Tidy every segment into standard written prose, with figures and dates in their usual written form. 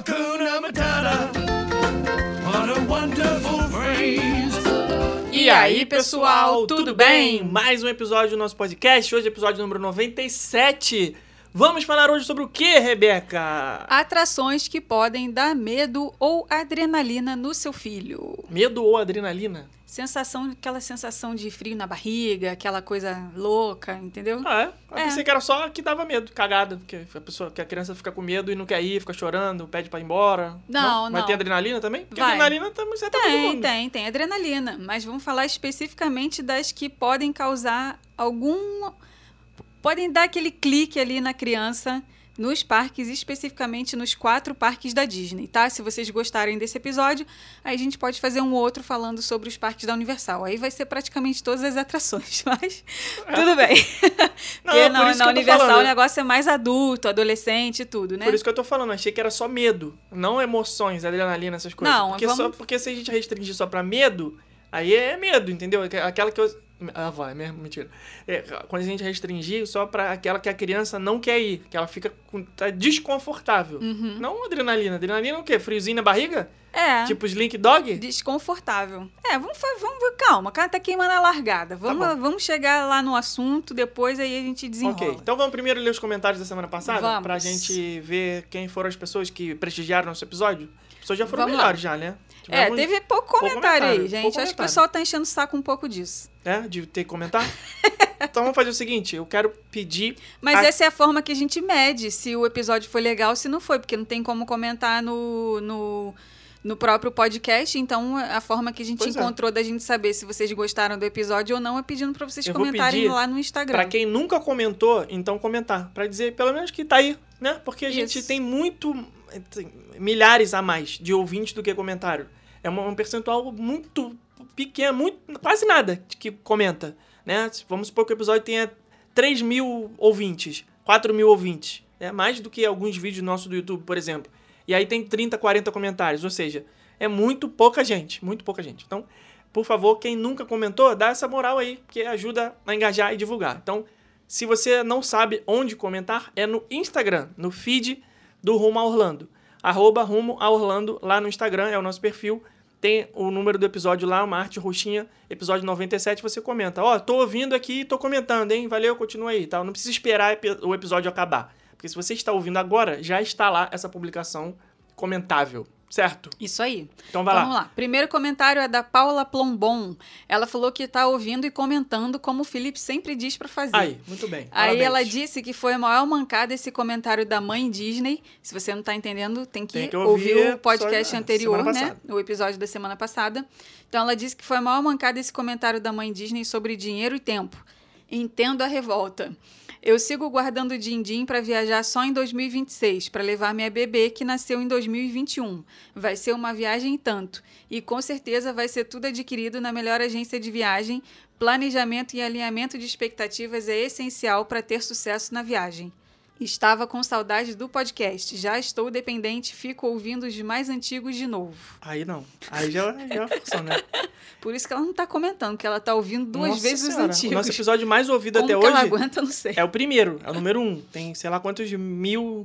Hakuna Matata. What a wonderful phrase. E aí, pessoal, tudo bem? Mais um episódio do nosso podcast, hoje é episódio número 97. Vamos falar hoje sobre o que, Rebeca? Atrações que podem dar medo ou adrenalina no seu filho. Medo ou adrenalina? Aquela sensação de frio na barriga, aquela coisa louca, entendeu? Ah, é? Eu pensei que era só que dava medo, cagada, que a criança fica com medo e não quer ir, fica chorando, pede pra ir embora. Não. Vai ter adrenalina também? Porque Vai. adrenalina também serve pra todo mundo. Tem adrenalina, mas vamos falar especificamente das que podem causar podem dar aquele clique ali na criança nos parques, especificamente nos 4 parques da Disney, tá? Se vocês gostarem desse episódio, aí a gente pode fazer um outro falando sobre os parques da Universal. Aí vai ser praticamente todas as atrações, mas tudo bem. Porque na Universal o negócio é mais adulto, adolescente e tudo, né? Por isso que eu tô falando, achei que era só medo, não emoções, adrenalina, essas coisas. Não, porque se a gente restringir só pra medo, aí é medo, entendeu? Aquela que eu... vai, mentira. Quando a gente restringir só pra aquela que a criança não quer ir, que ela fica tá desconfortável. Uhum. Não adrenalina. Adrenalina é o quê? Friozinho na barriga? É. Tipo Slink Dog? Desconfortável. Calma, tá queimando a largada. Vamos chegar lá no assunto, depois aí a gente desenrola. Ok, então vamos primeiro ler os comentários da semana passada? Vamos. Pra gente ver quem foram as pessoas que prestigiaram nosso episódio. As pessoas já foram Vamos melhores já, né? Teve pouco comentário aí, gente. Acho que o pessoal tá enchendo o saco um pouco disso. De ter que comentar? Então vamos fazer o seguinte, eu quero pedir... Mas essa é a forma que a gente mede se o episódio foi legal ou se não foi, porque não tem como comentar no próprio podcast, então a forma que a gente encontrou da gente saber se vocês gostaram do episódio ou não é pedindo pra vocês comentarem lá no Instagram. Pra quem nunca comentou, então comentar, pra dizer pelo menos que tá aí, né? Porque a gente tem milhares a mais de ouvintes do que comentário. É um percentual muito pequeno, quase nada que comenta, né? Vamos supor que o episódio tenha 3 mil ouvintes, 4 mil ouvintes, né? Mais do que alguns vídeos nossos do YouTube, por exemplo. E aí tem 30, 40 comentários, ou seja, é muito pouca gente. Então, por favor, quem nunca comentou, dá essa moral aí, que ajuda a engajar e divulgar. Então, se você não sabe onde comentar, é no Instagram, no feed do Rumo a Orlando. @Rumo a Orlando, lá no Instagram, é o nosso perfil. Tem o número do episódio lá, uma arte roxinha, episódio 97, você comenta. Tô ouvindo aqui e tô comentando, hein? Valeu, continua aí, tá? Não precisa esperar o episódio acabar. Porque se você está ouvindo agora, já está lá essa publicação comentável, certo? Isso aí. Então vai lá. Vamos lá. Primeiro comentário é da Paula Plombon. Ela falou que tá ouvindo e comentando como o Felipe sempre diz pra fazer. Aí, muito bem. Aí Parabéns. ela disse que foi a maior mancada esse comentário da mãe Disney. Se você não tá entendendo, tem que ouvir o podcast anterior, né? O episódio da semana passada. Então ela disse que foi a maior mancada esse comentário da mãe Disney sobre dinheiro e tempo. Entendo a revolta. Eu sigo guardando din-din para viajar só em 2026, para levar minha bebê que nasceu em 2021. Vai ser uma viagem e tanto. E com certeza vai ser tudo adquirido na melhor agência de viagem. Planejamento e alinhamento de expectativas é essencial para ter sucesso na viagem. Estava com saudade do podcast. Já estou dependente, fico ouvindo os mais antigos de novo. Aí não. Aí já é função, né? Por isso que ela não tá comentando, que ela tá ouvindo duas vezes os antigos. O nosso episódio mais ouvido até hoje... Como ela aguenta, eu não sei. É o primeiro, é o número 1. Tem sei lá quantos mil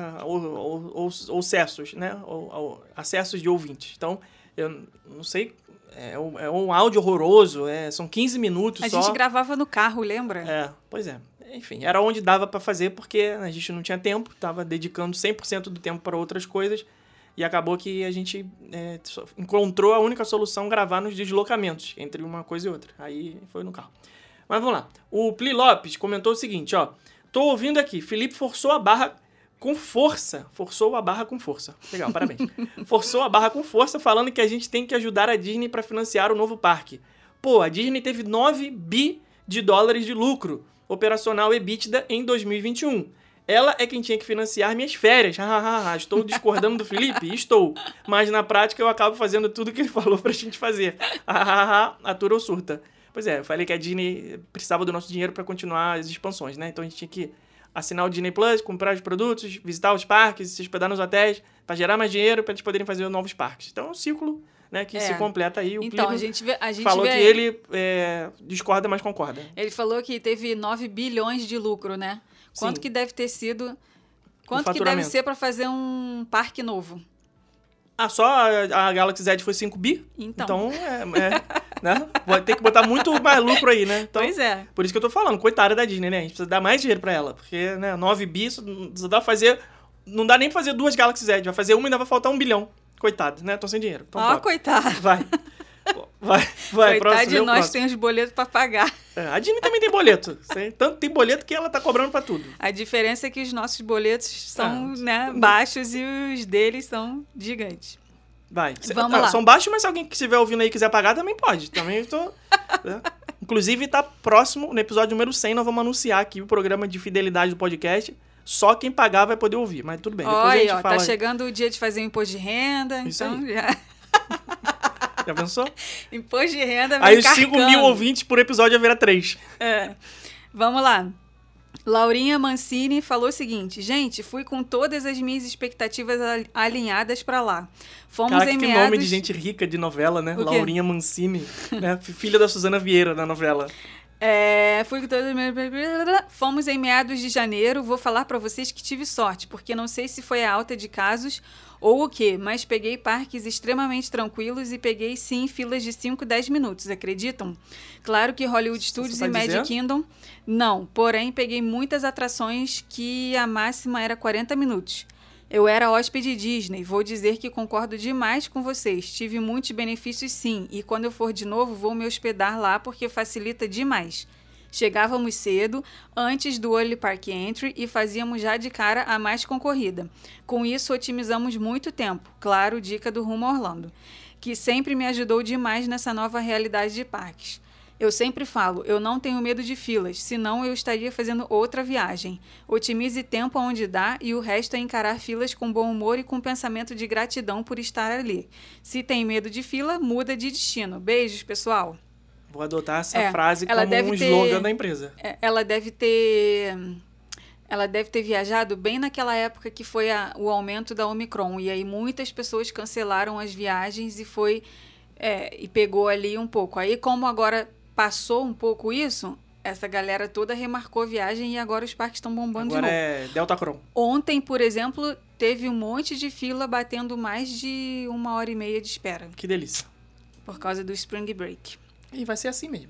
acessos, né? Acessos de ouvintes. Então, eu não sei... É um áudio horroroso, são 15 minutos só. A gente gravava no carro, lembra? Pois é. Enfim, era onde dava pra fazer, porque a gente não tinha tempo, tava dedicando 100% do tempo para outras coisas, e acabou que a gente encontrou a única solução, gravar nos deslocamentos, entre uma coisa e outra. Aí foi no carro. Mas vamos lá. O Pli Lopes comentou o seguinte, tô ouvindo aqui, Felipe forçou a barra com força. Forçou a barra com força. Legal, parabéns. Forçou a barra com força, falando que a gente tem que ajudar a Disney para financiar o novo parque. Pô, a Disney teve 9 bi de dólares de lucro operacional EBITDA em 2021. Ela é quem tinha que financiar minhas férias. Estou discordando do Felipe? Estou. Mas na prática eu acabo fazendo tudo o que ele falou pra gente fazer. Atura ou surta. Pois é, eu falei que a Disney precisava do nosso dinheiro para continuar as expansões, né? Então a gente tinha que assinar o Disney Plus, comprar os produtos, visitar os parques, se hospedar nos hotéis, para gerar mais dinheiro para eles poderem fazer novos parques. Então é um ciclo, né, que se completa aí. O então, Plínio a gente falou que ele discorda, mas concorda. Ele falou que teve 9 bilhões de lucro, né? Quanto Sim. que deve ter sido Quanto que deve ser para fazer um parque novo? Só a Galaxy Z foi 5 bi? Então né? Vai ter que botar muito mais lucro aí, né? Então, pois é. Por isso que eu tô falando, coitada da Disney, né? A gente precisa dar mais dinheiro pra ela. Porque, né, 9 bi, isso não dá pra fazer... Não dá nem pra fazer 2 Galaxy Z. Vai fazer uma e ainda vai faltar 1 bilhão. Coitado, né? Tô sem dinheiro. Então, coitado. Vai, coitado próximo. De nós tem os boletos pra pagar. A Disney também tem boleto. Tanto tem boleto que ela tá cobrando pra tudo. A diferença é que os nossos boletos são baixos e os deles são gigantes. Vamos lá. São baixos, mas se alguém que estiver ouvindo aí quiser pagar, também pode. Também estou... né? Inclusive, tá próximo, no episódio número 100, nós vamos anunciar aqui o programa de fidelidade do podcast. Só quem pagar vai poder ouvir, mas tudo bem. Depois a gente fala... Tá chegando o dia de fazer o imposto de renda, isso então aí. Já pensou? Imposto de renda vem aí os 5 mil ouvintes por episódio já vira 3. Vamos lá. Laurinha Mancini falou o seguinte: gente, fui com todas as minhas expectativas alinhadas pra lá. Fomos em meados... que nome de gente rica de novela, né? Laurinha Mancini, né? Filha da Suzana Vieira na novela. Fui com todas as minhas... Fomos em meados de janeiro. Vou falar pra vocês que tive sorte, porque não sei se foi a alta de casos ou o quê, mas peguei parques extremamente tranquilos e peguei, sim, filas de 5, 10 minutos, acreditam? Claro que Hollywood Studios e Magic Kingdom, não. Porém, peguei muitas atrações que a máxima era 40 minutos. Eu era hóspede Disney, vou dizer que concordo demais com vocês. Tive muitos benefícios, sim, e quando eu for de novo, vou me hospedar lá porque facilita demais. Chegávamos cedo, antes do Early Park Entry, e fazíamos já de cara a mais concorrida. Com isso, otimizamos muito tempo. Claro, dica do Rumo Orlando, que sempre me ajudou demais nessa nova realidade de parques. Eu sempre falo, eu não tenho medo de filas, senão eu estaria fazendo outra viagem. Otimize tempo onde dá e o resto é encarar filas com bom humor e com pensamento de gratidão por estar ali. Se tem medo de fila, muda de destino. Beijos, pessoal. Vou adotar essa frase como um slogan da empresa. Ela deve ter viajado bem naquela época que foi o aumento da Omicron. E aí muitas pessoas cancelaram as viagens e pegou ali um pouco. Aí como agora passou um pouco isso, essa galera toda remarcou a viagem e agora os parques estão bombando agora de novo. É Deltacron. Ontem, por exemplo, teve um monte de fila batendo mais de 1h30 de espera. Que delícia. Por causa do Spring Break. E vai ser assim mesmo.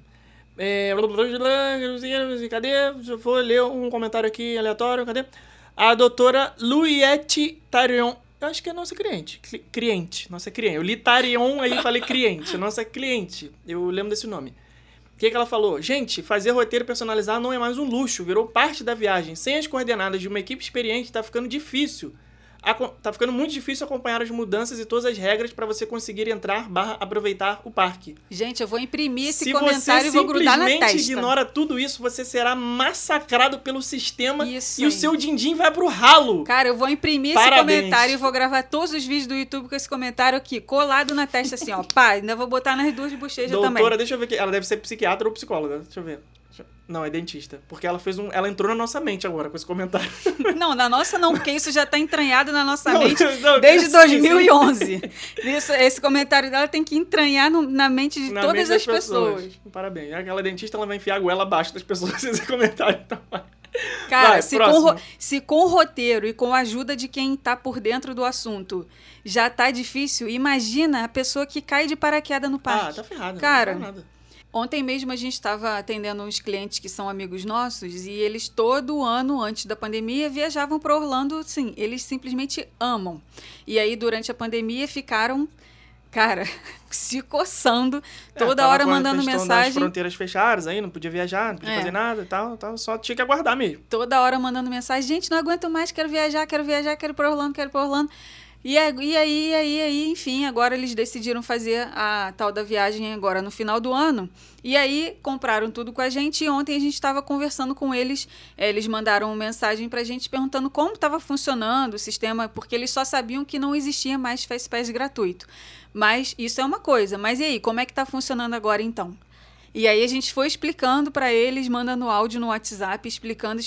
Cadê? Eu vou ler um comentário aqui aleatório. Cadê? A doutora Luiette Tarion. Eu acho que é nossa cliente. Nossa cliente. Eu li Tarion, aí falei cliente. Nossa cliente. Eu lembro desse nome. O que ela falou? Gente, fazer roteiro personalizado não é mais um luxo. Virou parte da viagem. Sem as coordenadas de uma equipe experiente, tá ficando difícil. Tá ficando muito difícil acompanhar as mudanças e todas as regras para você conseguir entrar / aproveitar o parque. Gente, eu vou imprimir esse comentário e vou grudar na testa. Se você simplesmente ignora tudo isso, você será massacrado pelo sistema e o seu din-din vai pro ralo. Cara, eu vou imprimir esse comentário e vou gravar todos os vídeos do YouTube com esse comentário aqui, colado na testa assim, ó. Pá, ainda vou botar nas 2 bochechas também. Doutora, deixa eu ver aqui. Ela deve ser psiquiatra ou psicóloga. Deixa eu ver. Não, é dentista. Porque ela entrou na nossa mente agora com esse comentário. Não, na nossa não, porque isso já tá entranhado na nossa mente desde 2011. Esse comentário dela tem que entranhar na mente de todas as pessoas. Parabéns. Aquela dentista, ela vai enfiar a goela abaixo das pessoas esse comentário. Então cara, se com o roteiro e com a ajuda de quem tá por dentro do assunto já tá difícil, imagina a pessoa que cai de paraquedas no parque. Tá ferrado. Cara, não tá nada. Ontem mesmo a gente estava atendendo uns clientes que são amigos nossos e eles todo ano, antes da pandemia, viajavam para Orlando, sim, eles simplesmente amam. E aí, durante a pandemia, ficaram, cara, se coçando, toda hora mandando mensagem. As fronteiras fechadas aí, não podia viajar, não podia fazer nada e tal, só tinha que aguardar mesmo. Toda hora mandando mensagem, gente, não aguento mais, quero viajar, quero ir para Orlando, E aí, enfim, agora eles decidiram fazer a tal da viagem agora no final do ano. E aí, compraram tudo com a gente e ontem a gente estava conversando com eles. Eles mandaram uma mensagem pra gente perguntando como estava funcionando o sistema, porque eles só sabiam que não existia mais FastPass gratuito. Mas isso é uma coisa. Mas e aí, como é que tá funcionando agora então? E aí a gente foi explicando para eles, mandando áudio no WhatsApp, explicando.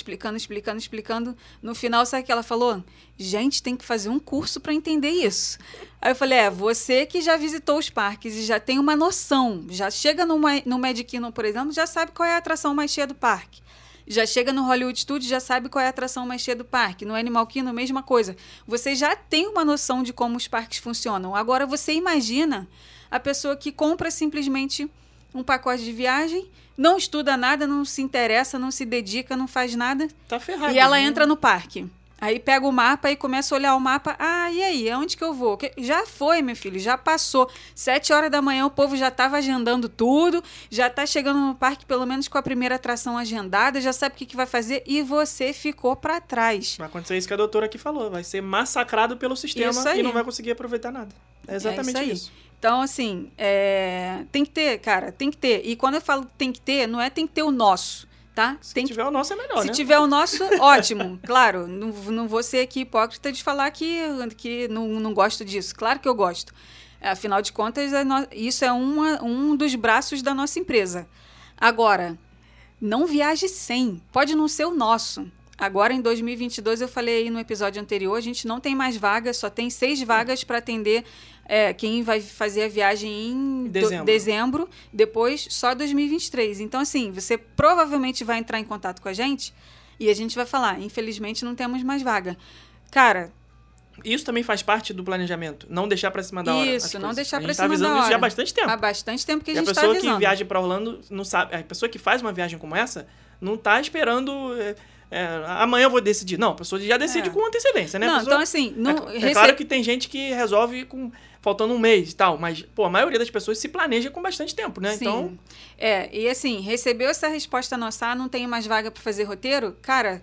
No final, sabe o que ela falou? Gente, tem que fazer um curso para entender isso. Aí eu falei, você que já visitou os parques e já tem uma noção, já chega no Magic Kingdom, por exemplo, já sabe qual é a atração mais cheia do parque. Já chega no Hollywood Studios, já sabe qual é a atração mais cheia do parque. No Animal Kingdom, mesma coisa. Você já tem uma noção de como os parques funcionam. Agora, você imagina a pessoa que compra simplesmente um pacote de viagem, não estuda nada, não se interessa, não se dedica, não faz nada. Tá ferrado. E ela entra no parque. Aí pega o mapa e começa a olhar o mapa. Ah, e aí? Aonde que eu vou? Já foi, meu filho, já passou. 7 horas da manhã o povo já estava agendando tudo, já está chegando no parque pelo menos com a primeira atração agendada, já sabe o que vai fazer e você ficou para trás. Vai acontecer isso que a doutora aqui falou. Vai ser massacrado pelo sistema e não vai conseguir aproveitar nada. É exatamente isso. Então, assim, tem que ter, cara, tem que ter. E quando eu falo tem que ter, não é tem que ter o nosso. Tá? Se tiver o nosso é melhor, né? Se tiver o nosso, ótimo. Claro, não vou ser aqui hipócrita de falar que não gosto disso. Claro que eu gosto. Afinal de contas, isso é um dos braços da nossa empresa. Agora, não viaje sem. Pode não ser o nosso. Agora, em 2022, eu falei aí no episódio anterior, a gente não tem mais vagas, só tem 6 vagas para atender quem vai fazer a viagem em dezembro, depois só 2023. Então, assim, você provavelmente vai entrar em contato com a gente e a gente vai falar, infelizmente não temos mais vaga. Cara... Isso também faz parte do planejamento, não deixar para cima da hora. Isso, não deixar para cima da hora. A gente tá avisando isso já há bastante tempo. Há bastante tempo que a gente está avisando. A pessoa que viaja para Orlando não sabe, a pessoa que faz uma viagem como essa não tá esperando... amanhã eu vou decidir. Não, a pessoa já decide com antecedência, né? Não, pessoa, então assim... claro que tem gente que resolve faltando um mês e tal, mas, a maioria das pessoas se planeja com bastante tempo, né? Sim. Então... e assim, recebeu essa resposta nossa, não tem mais vaga para fazer roteiro? Cara,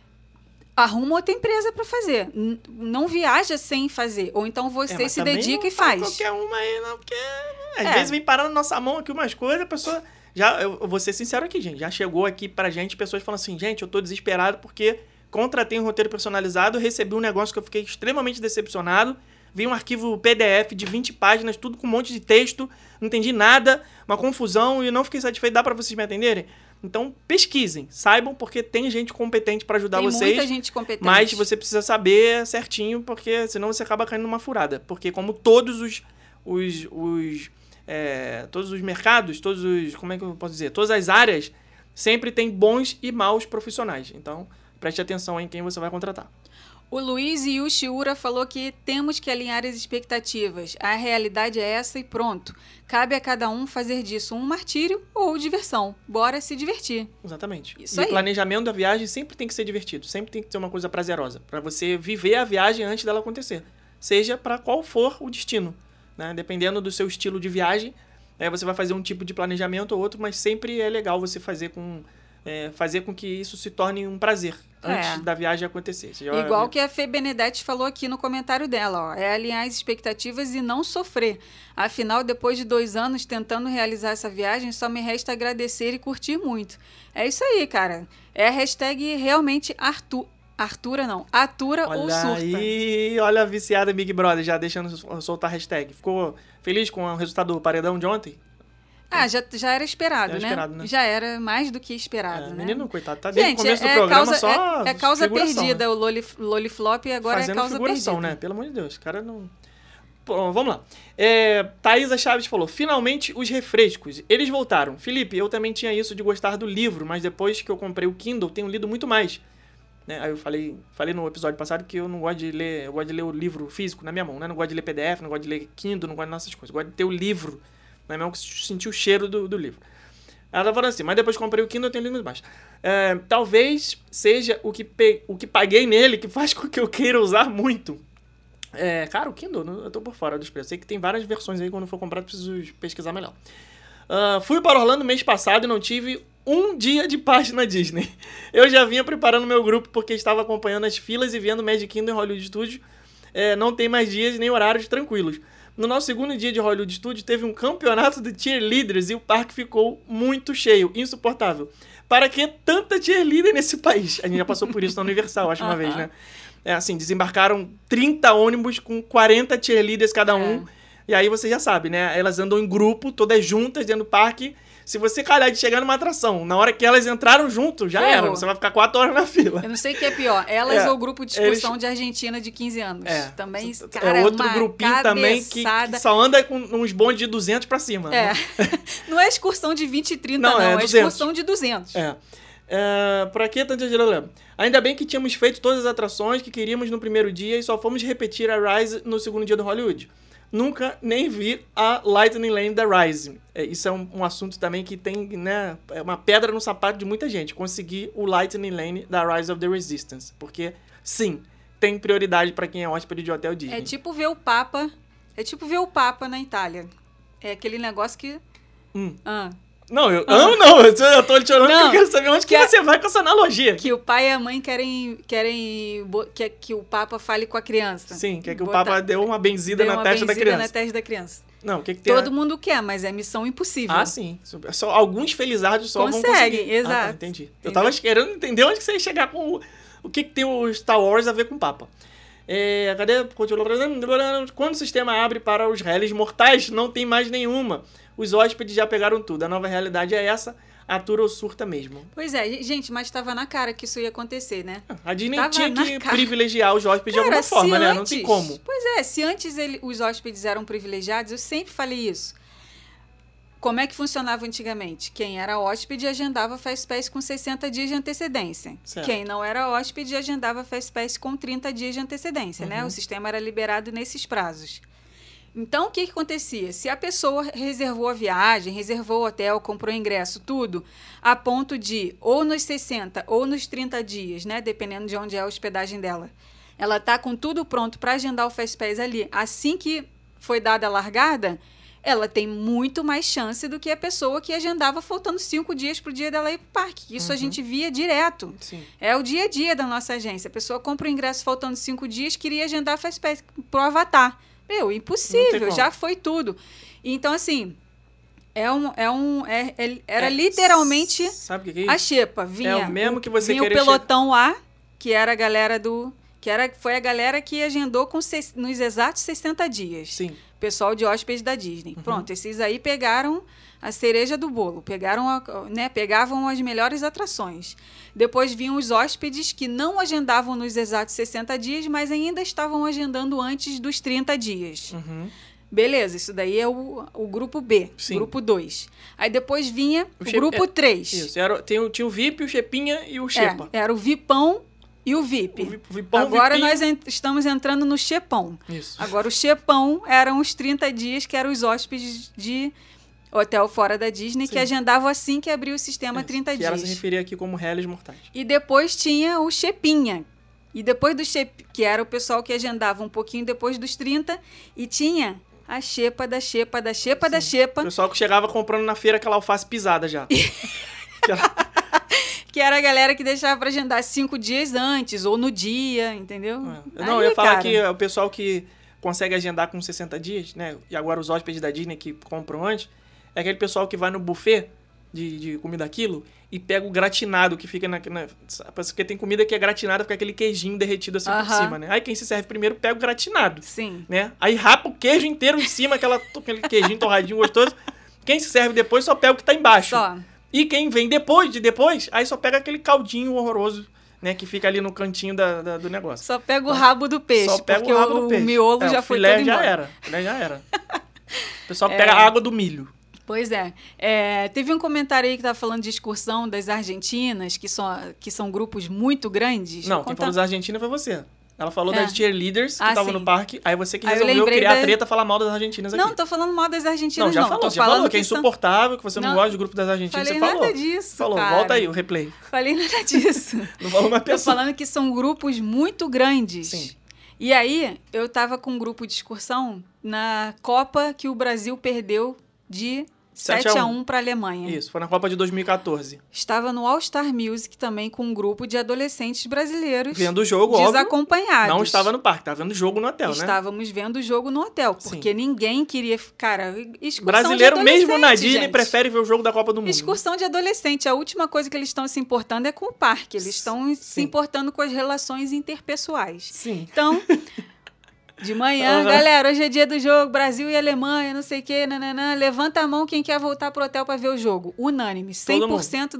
arruma outra empresa para fazer. Não viaja sem fazer. Ou então você se dedica e faz. Qualquer uma aí, não, porque às vezes vem parar na nossa mão aqui umas coisas, a pessoa... eu vou ser sincero aqui, gente. Já chegou aqui pra gente pessoas falando assim, gente, eu tô desesperado porque contratei um roteiro personalizado, recebi um negócio que eu fiquei extremamente decepcionado, vi um arquivo PDF de 20 páginas, tudo com um monte de texto, não entendi nada, uma confusão e não fiquei satisfeito. Dá pra vocês me atenderem? Então, pesquisem, saibam, porque tem gente competente pra ajudar vocês. Tem muita gente competente. Mas você precisa saber certinho, porque senão você acaba caindo numa furada. Porque como todos todos os mercados, como é que eu posso dizer? Todas as áreas sempre tem bons e maus profissionais. Então, preste atenção em quem você vai contratar. O Luiz Yushiura falou que temos que alinhar as expectativas. A realidade é essa e pronto. Cabe a cada um fazer disso um martírio ou diversão. Bora se divertir. Exatamente. Isso aí. O planejamento da viagem sempre tem que ser divertido. Sempre tem que ser uma coisa prazerosa. Para você viver a viagem antes dela acontecer. Seja para qual for o destino. Né? Dependendo do seu estilo de viagem, você vai fazer um tipo de planejamento ou outro, mas sempre é legal você fazer com que isso se torne um prazer antes da viagem acontecer. Igual que a Fê Benedetti falou aqui no comentário dela, ó, é alinhar as expectativas e não sofrer. Afinal, depois de 2 anos tentando realizar essa viagem, só me resta agradecer e curtir muito. É isso aí, cara. É a hashtag realmente atura ou surta. Aí, olha a viciada Big Brother já deixando soltar a hashtag. Ficou feliz com o resultado do paredão de ontem? Já era esperado, né? Já era mais do que esperado, né? Menino, coitado, tá desde o começo do programa só é causa perdida, né? O Loliflop e agora fazendo é causa figuração, perdida. Né? Pelo amor de Deus, o cara não... Bom, vamos lá. Thaisa Chaves falou, finalmente os refrescos, eles voltaram. Felipe, eu também tinha isso de gostar do livro, mas depois que eu comprei o Kindle, tenho lido muito mais. Né? Aí eu falei no episódio passado que eu não gosto de ler, eu gosto de ler o livro físico na minha mão, né? Não gosto de ler PDF, não gosto de ler Kindle, não gosto dessas coisas. Eu gosto de ter o livro na minha mão, sentir o cheiro do livro. Ela tá falando assim, mas depois que comprei o Kindle eu tenho lido muito mais. Talvez seja o que paguei nele que faz com que eu queira usar muito. Cara, o Kindle, eu tô por fora dos preços. Sei que tem várias versões aí, quando for comprar eu preciso pesquisar melhor. Fui para Orlando mês passado e não tive um dia de paz na Disney. Eu já vinha preparando meu grupo porque estava acompanhando as filas e vendo Magic Kingdom em Hollywood Studios. Não tem mais dias nem horários tranquilos. No nosso segundo dia de Hollywood Studios, teve um campeonato de cheerleaders e o parque ficou muito cheio, insuportável. Para que tanta cheerleader nesse país? A gente já passou por isso na Universal, acho, uma vez, né? Assim, desembarcaram 30 ônibus com 40 cheerleaders cada um. E aí você já sabe, né? Elas andam em grupo, todas juntas dentro do parque. Se você calhar de chegar numa atração, na hora que elas entraram junto, já era. Você vai ficar 4 horas na fila. Eu não sei o que é pior, elas ou o grupo de excursão de Argentina de 15 anos. Também, cara, outro grupinho também que só anda com uns bondes de 200 pra cima. Né? Não é excursão de 20 e 30, não. É excursão de 200. Por aqui, ainda bem que tínhamos feito todas as atrações que queríamos no primeiro dia e só fomos repetir a Rise no segundo dia do Hollywood. Nunca nem vi a Lightning Lane da Rise. Isso é um assunto também que tem, né, é uma pedra no sapato de muita gente, conseguir o Lightning Lane da Rise of the Resistance. Porque, sim, tem prioridade para quem é hóspede de hotel Disney. É tipo ver o Papa na Itália. É aquele negócio que... Não, eu tô te olhando porque eu quero saber onde que você vai com essa analogia. Que o pai e a mãe querem que o Papa fale com a criança. Sim, quer que o Papa dê uma benzida na testa da criança. Não, o que tem? Todo mundo quer, mas é missão impossível. Ah, sim. Só alguns felizardos só vão conseguir. Exato. Entendi. Eu tava querendo entender onde que você ia chegar com o que tem o Star Wars a ver com o Papa. Cadê? Quando o sistema abre para os réis mortais, não tem mais nenhuma. Os hóspedes já pegaram tudo. A nova realidade é essa. Atura ou surta mesmo. Pois é, gente, mas estava na cara que isso ia acontecer, né? A Disney tinha que privilegiar os hóspedes de alguma forma, né? Não tem como. Pois é, se antes os hóspedes eram privilegiados, eu sempre falei isso. Como é que funcionava antigamente? Quem era hóspede agendava Fast Pass com 60 dias de antecedência. Certo. Quem não era hóspede agendava Fast Pass com 30 dias de antecedência, né? O sistema era liberado nesses prazos. Então, o que acontecia? Se a pessoa reservou a viagem, reservou o hotel, comprou o ingresso, tudo, a ponto de, ou nos 60 ou nos 30 dias, né? Dependendo de onde é a hospedagem dela, ela tá com tudo pronto para agendar o Fast Pass ali. Assim que foi dada a largada, ela tem muito mais chance do que a pessoa que agendava faltando 5 dias para o dia dela ir para o parque. Isso a gente via direto. Sim. É o dia a dia da nossa agência. A pessoa compra o ingresso faltando 5 dias, queria agendar Fast Pass pro Avatar. Impossível, já foi tudo. Então, assim, era literalmente sabe o que é a xepa. Vinha o mesmo que você vinha o pelotão A, que era a galera foi a galera que agendou nos exatos 60 dias. Sim. Pessoal de hóspedes da Disney. Pronto, esses aí pegaram a cereja do bolo, pegavam as melhores atrações. Depois vinham os hóspedes que não agendavam nos exatos 60 dias, mas ainda estavam agendando antes dos 30 dias. Beleza, isso daí é o grupo B, Sim. grupo 2. Aí depois vinha o grupo 3. Isso, tinha o VIP, o Xepinha e o Xepa. Era o VIPão e o VIP. O Vipão, agora Vipinho. nós estamos entrando no Xepão. Isso. Agora o Xepão eram os 30 dias que eram os hóspedes de hotel fora da Disney, Sim. que agendavam assim que abriu o sistema 30 dias. Que ela se referia aqui como réis mortais. E depois tinha o Xepinha. E depois do Xep, que era o pessoal que agendava um pouquinho depois dos 30, e tinha a xepa da xepa da xepa da xepa. O pessoal que chegava comprando na feira aquela alface pisada já. Que era a galera que deixava para agendar 5 dias antes, ou no dia, entendeu? Não, eu ia falar que o pessoal que consegue agendar com 60 dias, né? E agora os hóspedes da Disney que compram antes, é aquele pessoal que vai no buffet de comida quilo e pega o gratinado que fica porque tem comida que é gratinada, fica aquele queijinho derretido assim por cima, né? Aí quem se serve primeiro pega o gratinado. Sim. Né? Aí rapa o queijo inteiro em cima, aquele queijinho torradinho gostoso. Quem se serve depois só pega o que tá embaixo. Só. E quem vem depois, aí só pega aquele caldinho horroroso, né? Que fica ali no cantinho do negócio. Só pega o rabo do peixe, só pega porque o rabo do peixe. O miolo já foi todo embora. O filé já era. O pessoal pega a água do milho. Pois é. Teve um comentário aí que estava falando de excursão das argentinas, que são grupos muito grandes. Não, quem falou das argentinas foi você. Ela falou das cheerleaders que estavam no parque, aí você que resolveu criar treta, falar mal das argentinas aqui. Não, tô falando mal das argentinas, não. Já falou que é insuportável, que você não gosta do grupo das argentinas. Falei você falou. Nada disso, falou, cara. Volta aí o replay. Falei nada disso. Não falou mais pessoa. Tô falando que são grupos muito grandes. Sim. E aí, eu tava com um grupo de excursão na Copa que o Brasil perdeu de 7-1 para a Alemanha. Isso, foi na Copa de 2014. Estava no All Star Music também com um grupo de adolescentes brasileiros. Vendo o jogo, desacompanhados. Óbvio. Não estava no parque, estava vendo o jogo no hotel, né? Estávamos vendo o jogo no hotel, porque Sim. ninguém queria... Cara, excursão brasileiro de adolescente, mesmo na Disney gente. prefere ver o jogo da Copa do Mundo. Excursão de adolescente. A última coisa que eles estão se importando é com o parque. Eles estão se importando com as relações interpessoais. Sim. Então... De manhã, galera, hoje é dia do jogo, Brasil e Alemanha, não sei o quê, nananã. Levanta a mão quem quer voltar pro hotel para ver o jogo. Unânime, 100%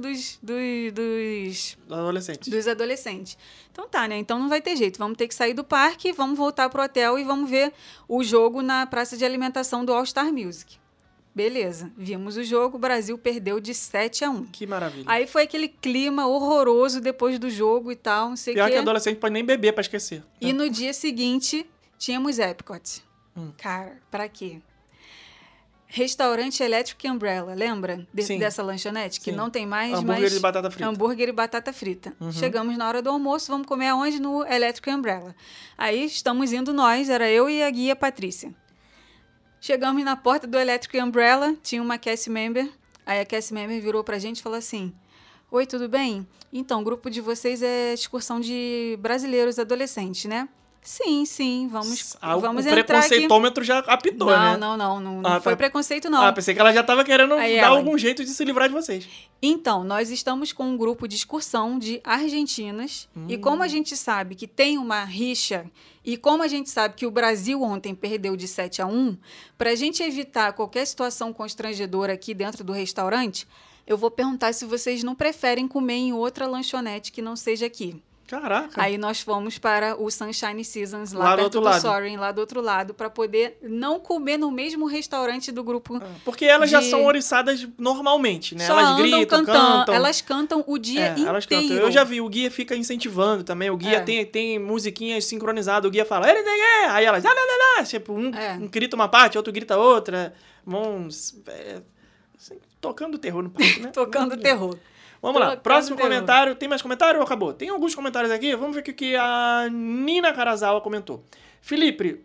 dos adolescentes. Então tá, né? Então não vai ter jeito. Vamos ter que sair do parque, vamos voltar pro hotel e vamos ver o jogo na praça de alimentação do All Star Music. Beleza, vimos o jogo, o Brasil perdeu de 7-1. Que maravilha. Aí foi aquele clima horroroso depois do jogo e tal, não sei o quê. Pior que adolescente pode nem beber pra esquecer. E no dia seguinte, tínhamos Epcot. Cara, pra quê? Restaurante Electric Umbrella, lembra dessa lanchonete? Que não tem mais, hambúrguer e batata frita. Hambúrguer e batata frita. Chegamos na hora do almoço, vamos comer aonde? No Electric Umbrella. Aí estamos indo nós, era eu e a guia Patrícia. Chegamos na porta do Electric Umbrella, tinha uma cast member. Aí a cast member virou pra gente e falou assim: oi, tudo bem? Então, o grupo de vocês é excursão de brasileiros adolescentes, né? Sim, vamos entrar aqui. O preconceitômetro já apitou, né? Não foi preconceito, não. Pensei que ela já estava querendo dar algum jeito de se livrar de vocês. Então, nós estamos com um grupo de excursão de argentinas, e como a gente sabe que tem uma rixa, e como a gente sabe que o Brasil ontem perdeu de 7-1, para a gente evitar qualquer situação constrangedora aqui dentro do restaurante, eu vou perguntar se vocês não preferem comer em outra lanchonete que não seja aqui. Caraca. Aí nós fomos para o Sunshine Seasons, lá perto do Soaring, lá do outro lado, para poder não comer no mesmo restaurante do grupo. Porque elas já são oriçadas normalmente, né? Elas gritam, cantam. Elas cantam o dia inteiro. Elas cantam. Eu já vi, o guia fica incentivando também. O guia tem musiquinhas sincronizadas. O guia fala, aí elas, tipo, um grita uma parte, outro grita outra. Vamos tocando terror no parque, né? Tocando terror. Vamos lá, próximo comentário. Tem mais comentário ou acabou? Tem alguns comentários aqui. Vamos ver o que a Nina Karazawa comentou. Felipe,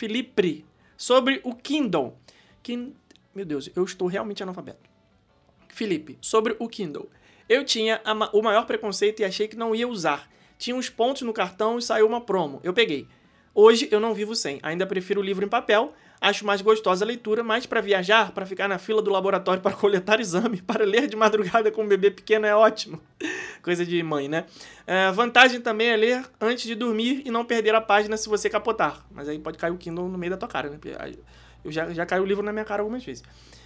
sobre o Kindle. Meu Deus, eu estou realmente analfabeto. Felipe, sobre o Kindle. Eu tinha o maior preconceito e achei que não ia usar. Tinha uns pontos no cartão e saiu uma promo. Eu peguei. Hoje eu não vivo sem. Ainda prefiro o livro em papel. Acho mais gostosa a leitura, mas para viajar, para ficar na fila do laboratório para coletar exame, para ler de madrugada com um bebê pequeno é ótimo. Coisa de mãe, né? Vantagem também é ler antes de dormir e não perder a página se você capotar. Mas aí pode cair o Kindle no meio da tua cara, né? Eu já caiu o livro na minha cara algumas vezes.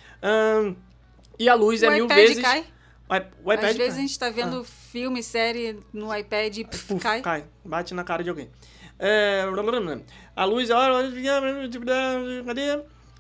E a luz é 1000 vezes... Cai? O iPad Às vezes a gente tá vendo filme, série no iPad e cai. Bate na cara de alguém. A luz é... Cadê?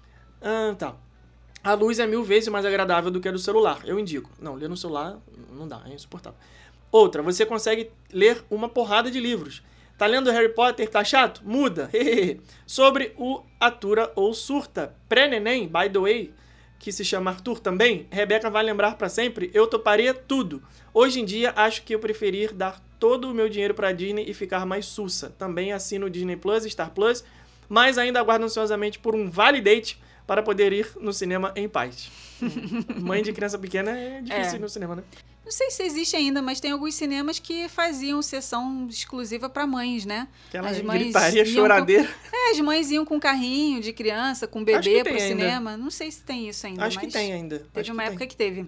Tá. A luz é 1000 vezes mais agradável do que a do celular. Eu indico. Não, ler no celular não dá, é insuportável. Outra, você consegue ler uma porrada de livros. Tá lendo Harry Potter? Tá chato? Muda. Sobre o Atura ou Surta. Pré-neném, by the way, que se chama Arthur também, Rebeca vai lembrar pra sempre, eu toparia tudo. Hoje em dia, acho que eu preferir dar todo o meu dinheiro pra Disney e ficar mais sussa. Também assino Disney Plus, Star Plus, mas ainda aguardo ansiosamente por um validate para poder ir no cinema em paz. Mãe de criança pequena é difícil ir no cinema, né? Não sei se existe ainda, mas tem alguns cinemas que faziam sessão exclusiva para mães, né? Aquela gritaria, choradeira. As mães iam com carrinho de criança, com bebê pro cinema. Não sei se tem isso ainda. Acho que tem ainda. Teve uma época que teve.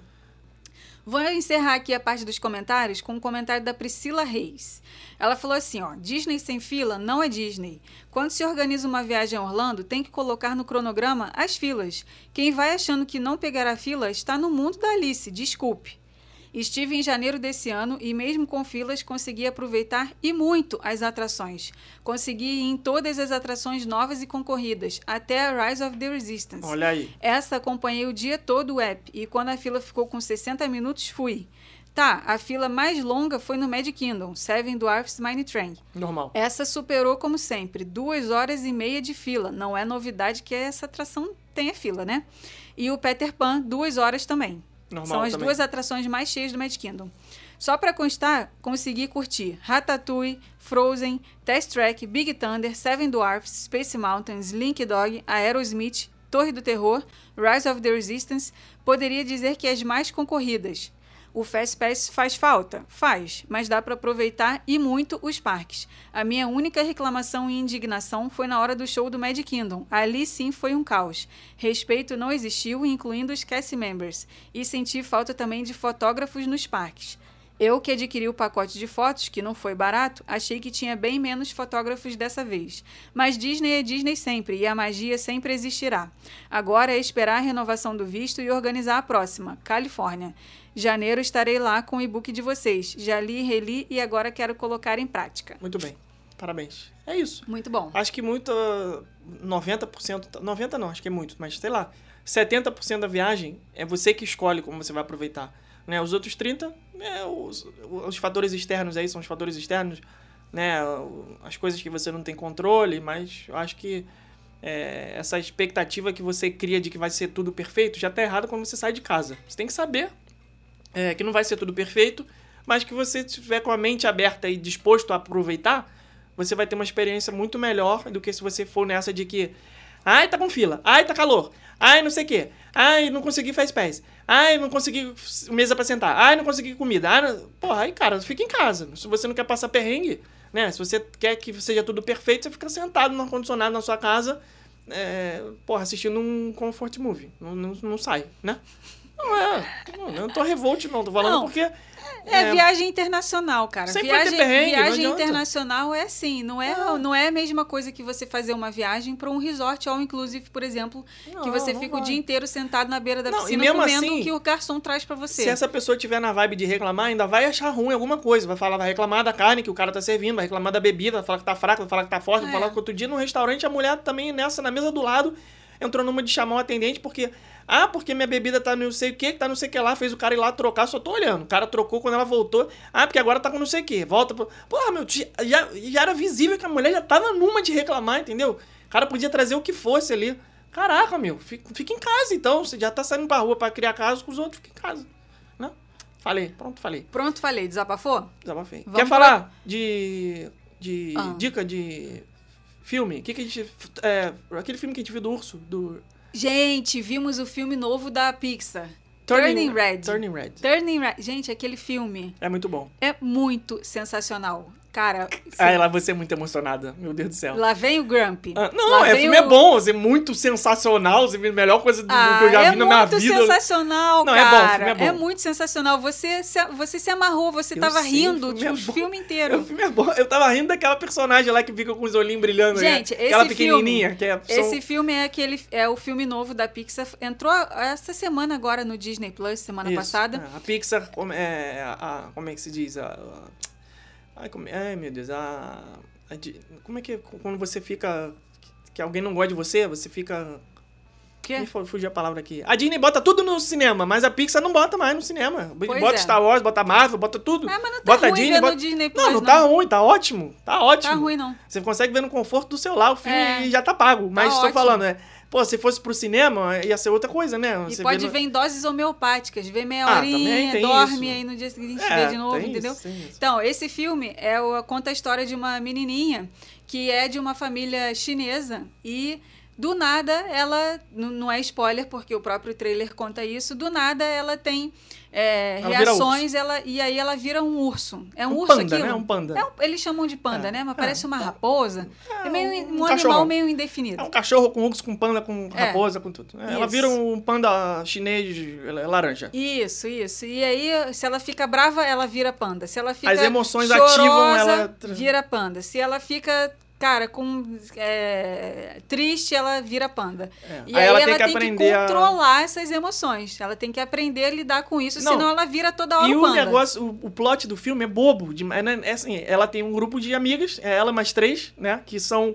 Vou encerrar aqui a parte dos comentários com um comentário da Priscila Reis. Ela falou assim, Disney sem fila não é Disney. Quando se organiza uma viagem a Orlando, tem que colocar no cronograma as filas. Quem vai achando que não pegará fila está no mundo da Alice, desculpe. Estive em janeiro desse ano e mesmo com filas consegui aproveitar e muito as atrações. Consegui ir em todas as atrações novas e concorridas, até a Rise of the Resistance. Olha aí. Essa acompanhei o dia todo o app e quando a fila ficou com 60 minutos fui. Tá, a fila mais longa foi no Magic Kingdom, Seven Dwarfs Mine Train. Normal. Essa superou como sempre, 2 horas e meia de fila. Não é novidade que essa atração tenha fila, né? E o Peter Pan, 2 horas também. Normal. São as também. 2 atrações mais cheias do Magic Kingdom. Só para constar, consegui curtir Ratatouille, Frozen, Test Track, Big Thunder, Seven Dwarfs, Space Mountain, Slinky Dog, Aerosmith, Torre do Terror, Rise of the Resistance. Poderia dizer que as mais concorridas. O Fast Pass faz falta? Faz, mas dá para aproveitar e muito os parques. A minha única reclamação e indignação foi na hora do show do Magic Kingdom. Ali sim foi um caos. Respeito não existiu, incluindo os cast members. E senti falta também de fotógrafos nos parques. Eu que adquiri o pacote de fotos, que não foi barato, achei que tinha bem menos fotógrafos dessa vez. Mas Disney é Disney sempre, e a magia sempre existirá. Agora é esperar a renovação do visto e organizar a próxima, Califórnia. Janeiro estarei lá com o e-book de vocês. Já li, reli e agora quero colocar em prática. Muito bem. Parabéns. É isso. Muito bom. Acho que muito... 90%... 90% não, acho que é muito. Mas, sei lá, 70% da viagem é você que escolhe como você vai aproveitar. Né? Os outros 30%, os fatores externos aí são os fatores externos, né? As coisas que você não tem controle, mas eu acho que essa expectativa que você cria de que vai ser tudo perfeito já tá errado quando você sai de casa. Você tem que saber que não vai ser tudo perfeito, mas que você estiver com a mente aberta e disposto a aproveitar, você vai ter uma experiência muito melhor do que se você for nessa de que ai, tá com fila, ai, tá calor, ai, não sei o quê, ai, não consegui faz pés, ai, não consegui mesa pra sentar, ai, não consegui comida, ai, não... Porra, aí, cara, fica em casa. Se você não quer passar perrengue, né, se você quer que seja tudo perfeito, você fica sentado no ar-condicionado na sua casa, assistindo um comfort movie, não sai, né? Eu não tô revolt, não, tô falando porque... viagem internacional, cara. Sempre vai ter perrengue, viagem internacional é assim, não é a mesma coisa que você fazer uma viagem para um resort all inclusive, por exemplo, que você fica o dia inteiro sentado na beira da piscina comendo assim, o que o garçom traz para você. Se essa pessoa tiver na vibe de reclamar, ainda vai achar ruim alguma coisa. Vai reclamar da carne que o cara tá servindo, vai reclamar da bebida, vai falar que tá fraca, vai falar que tá forte, vai falar que outro dia no restaurante a mulher também na mesa do lado entrou numa de chamar o atendente porque minha bebida tá não sei o que, tá não sei o que lá, fez o cara ir lá trocar, só tô olhando. O cara trocou quando ela voltou. Porque agora tá com não sei o que. Volta pro... Porra, meu, já era visível que a mulher já tava numa de reclamar, entendeu? O cara podia trazer o que fosse ali. Caraca, meu, fica em casa então. Você já tá saindo pra rua pra criar casos com os outros, fica em casa. Né? Pronto, falei. Desabafou? Desabafei. Quer falar de dica de filme? Que a gente... aquele filme que a gente viu do urso, Gente, vimos o filme novo da Pixar. Turning Red. Gente, aquele filme... É muito bom. É muito sensacional. Cara... Lá você é muito emocionada. Meu Deus do céu. Lá vem o Grumpy. O filme é bom. É muito sensacional. A melhor coisa que eu já vi na minha vida. É muito sensacional, cara. É bom, o filme é bom. É muito sensacional. Você se amarrou. Você tava rindo o filme inteiro. O filme é bom. Eu tava rindo daquela personagem lá que fica com os olhinhos brilhando. Gente, aquela pequenininha. Esse filme é o filme novo da Pixar. Entrou essa semana agora no Disney Plus, semana passada. A Pixar, como é que se diz? Ai, meu Deus. Como é que é quando você fica... Que alguém não gosta de você, você fica... Que? Fugiu a palavra aqui. A Disney bota tudo no cinema, mas a Pixar não bota mais no cinema. Bota Star Wars, bota Marvel, bota tudo. Mas não tá bota ruim Disney, no Disney Plus, não tá ruim, tá ótimo. Tá ótimo. Tá ruim, não. Você consegue ver no conforto do celular o filme e já tá pago. Mas ótimo. Tô falando, se fosse pro cinema, ia ser outra coisa, né? Você pode ver em doses homeopáticas. Vê meia horinha, dorme, aí no dia seguinte vê de novo, entendeu? Isso. Então, esse filme conta a história de uma menininha que é de uma família chinesa e... Do nada, ela... Não é spoiler, porque o próprio trailer conta isso. Do nada, ela tem reações e aí ela vira um urso. É um urso panda, aqui? Né? Um panda. Eles chamam de panda, né? Mas parece uma raposa. É meio um animal meio indefinido. É um cachorro com urso, com panda, com raposa, com tudo. Ela vira um panda chinês laranja. Isso. E aí, se ela fica brava, ela vira panda. Se ela fica as emoções chorosa, ativam ela... vira panda. Se ela fica... Cara, triste, ela vira panda. E aí ela tem que controlar essas emoções. Ela tem que aprender a lidar com isso, senão ela vira toda hora panda. E o negócio, o plot do filme é bobo. Assim, ela tem um grupo de amigas, ela mais 3, né? Que são,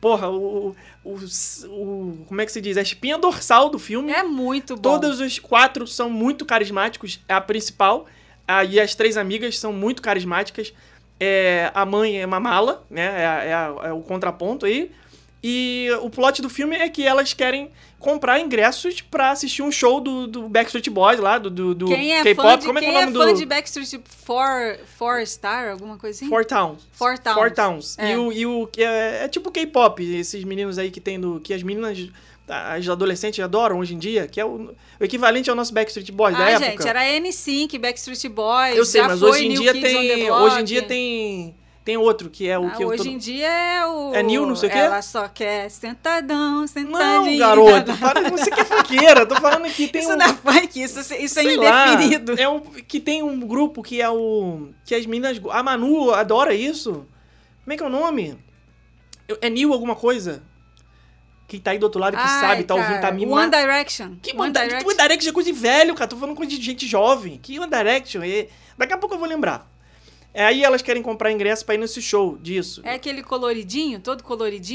como é que se diz? A espinha dorsal do filme. É muito bom. Todos os 4 são muito carismáticos. É a principal. E as 3 amigas são muito carismáticas. A mãe é uma mala, né? É o contraponto aí. E o plot do filme é que elas querem comprar ingressos pra assistir um show do Backstreet Boys lá, do K-pop. Como é que é o nome do... Quem é fã de Backstreet Four Star, alguma coisa assim? Four Towns. E o que é tipo K-pop, esses meninos aí que tem que as meninas... As adolescentes adoram hoje em dia, que é o equivalente ao nosso Backstreet Boys da época. Gente, era NSYNC, Backstreet Boys, eu sei, já mas foi hoje em dia tem... Hoje em dia tem outro, que é o que... Hoje em dia é o... É New, não sei o quê? Ela só quer sentadinho. Não, garoto, você que é funkeira, tô falando que tem isso não é funk, isso é indefinido. Que tem um grupo que é que as meninas... A Manu adora isso. Como é que é o nome? É New alguma coisa? Quem tá aí do outro lado que sabe, tá ouvindo, tá mimando. One Direction. One Direction é coisa de velho, cara. Tô falando coisa de gente jovem. Que One Direction? Daqui a pouco eu vou lembrar. Aí elas querem comprar ingresso pra ir nesse show disso. É aquele coloridinho? Todo coloridinho?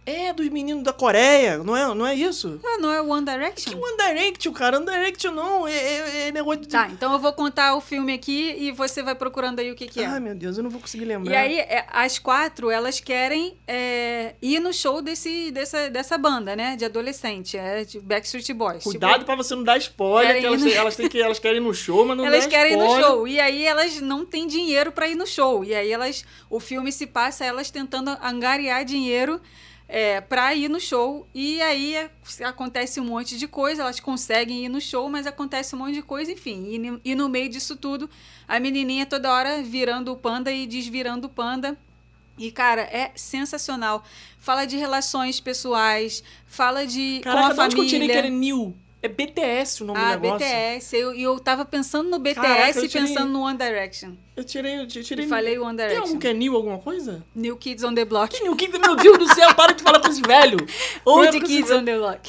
É, dos meninos da Coreia, não é isso? Não é One Direction? Que One Direction, cara? One Direction não, é negócio de... Tá, então eu vou contar o filme aqui e você vai procurando aí o que é. Ai, meu Deus, eu não vou conseguir lembrar. E aí, as 4, elas querem ir no show dessa banda, né? De adolescente, de Backstreet Boys. Cuidado pra você não dar spoiler, que elas querem ir no show, mas não dá spoiler. Elas querem ir no show, e aí elas não têm dinheiro pra ir no show. E aí o filme se passa elas tentando angariar dinheiro pra ir no show, e aí acontece um monte de coisa, elas conseguem ir no show, mas acontece um monte de coisa, enfim, e no meio disso tudo, a menininha toda hora virando o panda e desvirando o panda, e cara, é sensacional, fala de relações pessoais, fala de com a família. Caraca, que eu tirei que era New? É BTS o nome do negócio. BTS. Eu tava pensando no BTS e pensando no One Direction. Eu tirei. E falei One Direction. Tem algum que é New alguma coisa? New Kids on the Block. Que New Kids? Meu Deus do céu, para de falar com esse velho. Old Kids on the Block.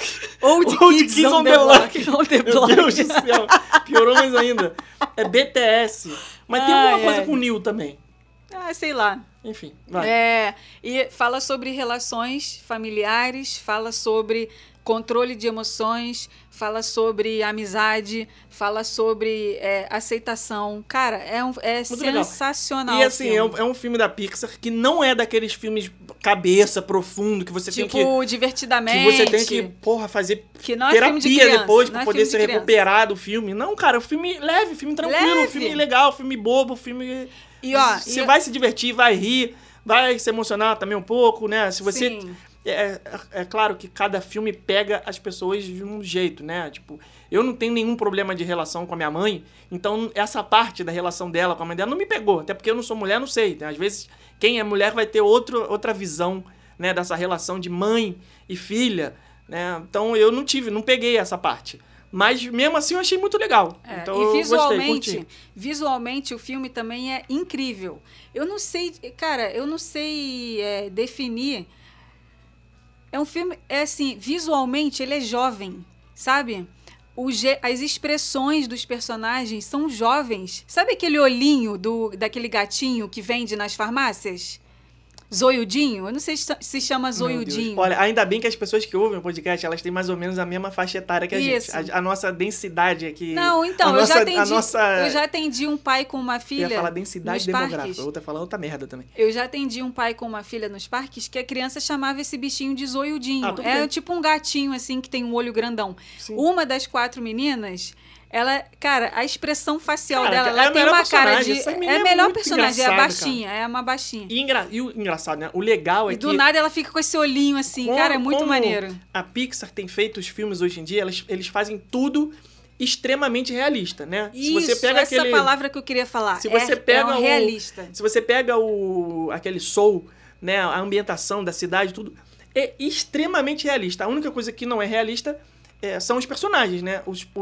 Old Kids on the Block. Meu Deus do céu. Piorou mais ainda. É BTS. Mas tem alguma coisa com New também. Sei lá. Enfim, vai. E fala sobre relações familiares, fala sobre controle de emoções, fala sobre amizade, fala sobre aceitação. Cara, é sensacional. E assim, é um filme da Pixar que não é daqueles filmes cabeça, profundo, que você tem que... Tipo, divertidamente. Que você tem que, fazer terapia depois pra poder se recuperar do filme. Não, cara, o filme leve, filme tranquilo, filme legal, filme bobo, filme... Você vai se divertir, vai rir, vai se emocionar também um pouco, né? Se você... Sim. É claro que cada filme pega as pessoas de um jeito, né? Tipo, eu não tenho nenhum problema de relação com a minha mãe, então essa parte da relação dela com a mãe dela não me pegou. Até porque eu não sou mulher, não sei. Né? Às vezes, quem é mulher vai ter outra visão, né? Dessa relação de mãe e filha, né? Então, eu não peguei essa parte. Mas, mesmo assim, eu achei muito legal. Então, e visualmente, visualmente, o filme também é incrível. Eu não sei definir... É um filme, assim, visualmente ele é jovem, sabe? As expressões dos personagens são jovens. Sabe aquele olhinho daquele gatinho que vende nas farmácias? Zoiudinho? Eu não sei se chama Zoiudinho. Olha, ainda bem que as pessoas que ouvem o podcast, elas têm mais ou menos a mesma faixa etária que a Isso. gente. A nossa densidade aqui... Não, então, eu já atendi um pai com uma filha. Eu ia falar densidade demográfica, parques. Eu vou falar outra merda também. Eu já atendi um pai com uma filha nos parques que a criança chamava esse bichinho de Zoiudinho. Tipo um gatinho, assim, que tem um olho grandão. Sim. Uma das 4 meninas... Ela, cara, a expressão facial dela, ela tem uma cara de... É a melhor personagem, é a baixinha, é uma baixinha. E o engraçado, né? O legal é que... E do nada ela fica com esse olhinho assim, cara, é muito maneiro. A Pixar tem feito os filmes hoje em dia, eles fazem tudo extremamente realista, né? Isso, se você pega essa palavra que eu queria falar, se você pega realista. Se você pega aquele Soul, né? A ambientação da cidade, tudo, é extremamente realista. A única coisa que não é realista... são os personagens, né?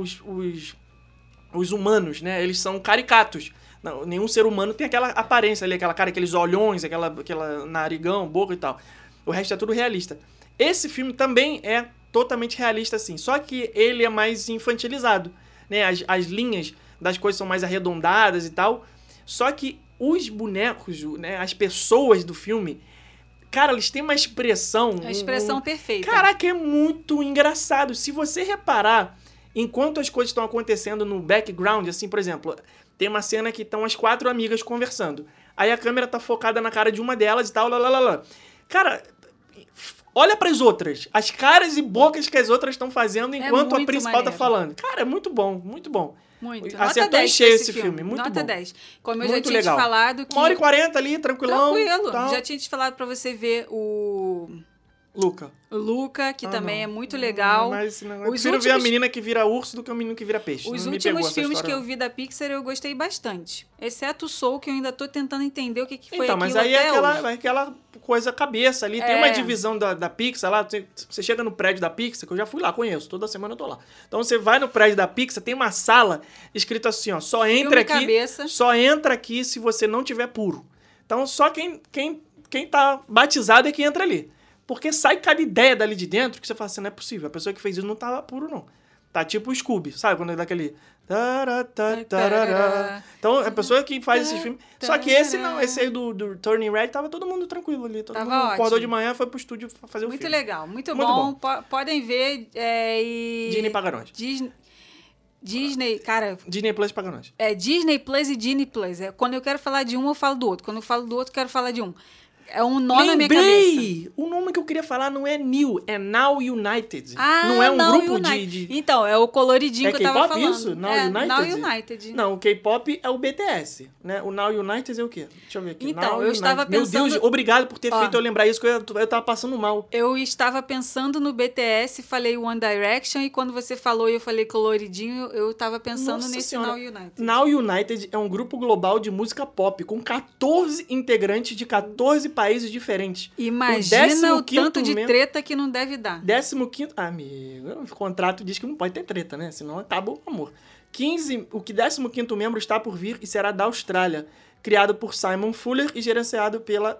Os humanos, né? Eles são caricatos. Não, nenhum ser humano tem aquela aparência ali, aquela cara, aqueles olhões, aquela narigão, boca e tal. O resto é tudo realista. Esse filme também é totalmente realista, assim. Só que ele é mais infantilizado, né? As linhas das coisas são mais arredondadas e tal. Só que os bonecos, né? As pessoas do filme... Cara, eles têm uma expressão... A expressão perfeita. Caraca, é muito engraçado. Se você reparar, enquanto as coisas estão acontecendo no background, assim, por exemplo, tem uma cena que estão as 4 amigas conversando. Aí a câmera tá focada na cara de uma delas e tal, lá. Cara, olha pras outras. As caras e bocas que as outras estão fazendo enquanto a principal tá falando. Cara, é muito bom, muito bom. Muito. Acertou em cheio esse filme. Muito Nota bom. 10. Como eu muito já tinha te falado que... 1h40 ali, tranquilão. Tranquilo. Tal. Já tinha te falado pra você ver o... Luca, que também é muito legal. Mas eu prefiro ver a menina que vira urso do que o menino que vira peixe. Os últimos filmes que eu vi da Pixar eu gostei bastante. Exceto o Soul, que eu ainda tô tentando entender o que foi aquilo. Mas aí é aquela coisa cabeça ali. Tem uma divisão da Pixar lá. Você chega no prédio da Pixar, que eu já fui lá, conheço. Toda semana eu tô lá. Então você vai no prédio da Pixar, tem uma sala escrito assim, ó. Só entra aqui se você não tiver puro. Então só quem tá batizado é quem entra ali. Porque sai cada ideia dali de dentro que você fala assim, não é possível. A pessoa que fez isso não tava puro, não. Tá tipo o Scooby, sabe? Quando ele dá aquele... Então, a pessoa que faz esses filmes... Só que esse não, esse aí do Turning Red, tava todo mundo tranquilo ali. Todo mundo acordou de manhã, foi pro estúdio fazer o filme. Muito legal, muito bom. Podem ver Disney paga nós. Disney, cara... Disney Plus paga nós. Disney Plus e Disney Plus. Quando eu quero falar de um, eu falo do outro. Quando eu falo do outro, eu quero falar de um. É um nó na minha cabeça. O nome que eu queria falar não é New, é Now United. Ah, não é um Now grupo de... Então, é o coloridinho que eu tava falando. Isso? Now United? Now United. Não, o K-pop é o BTS, né? O Now United é o quê? Deixa eu ver aqui. Então, Now eu estava pensando... Meu Deus, obrigado por ter feito eu lembrar isso, que eu tava passando mal. Eu estava pensando no BTS, falei One Direction, e quando você falou e eu falei coloridinho, eu tava pensando nesse Now United. Now United é um grupo global de música pop, com 14 integrantes de 14 países diferentes. Imagina o tanto de treta que não deve dar. 15º... Amigo, o contrato diz que não pode ter treta, né? Senão acaba o amor. O 15º membro está por vir e será da Austrália. Criado por Simon Fuller e gerenciado pela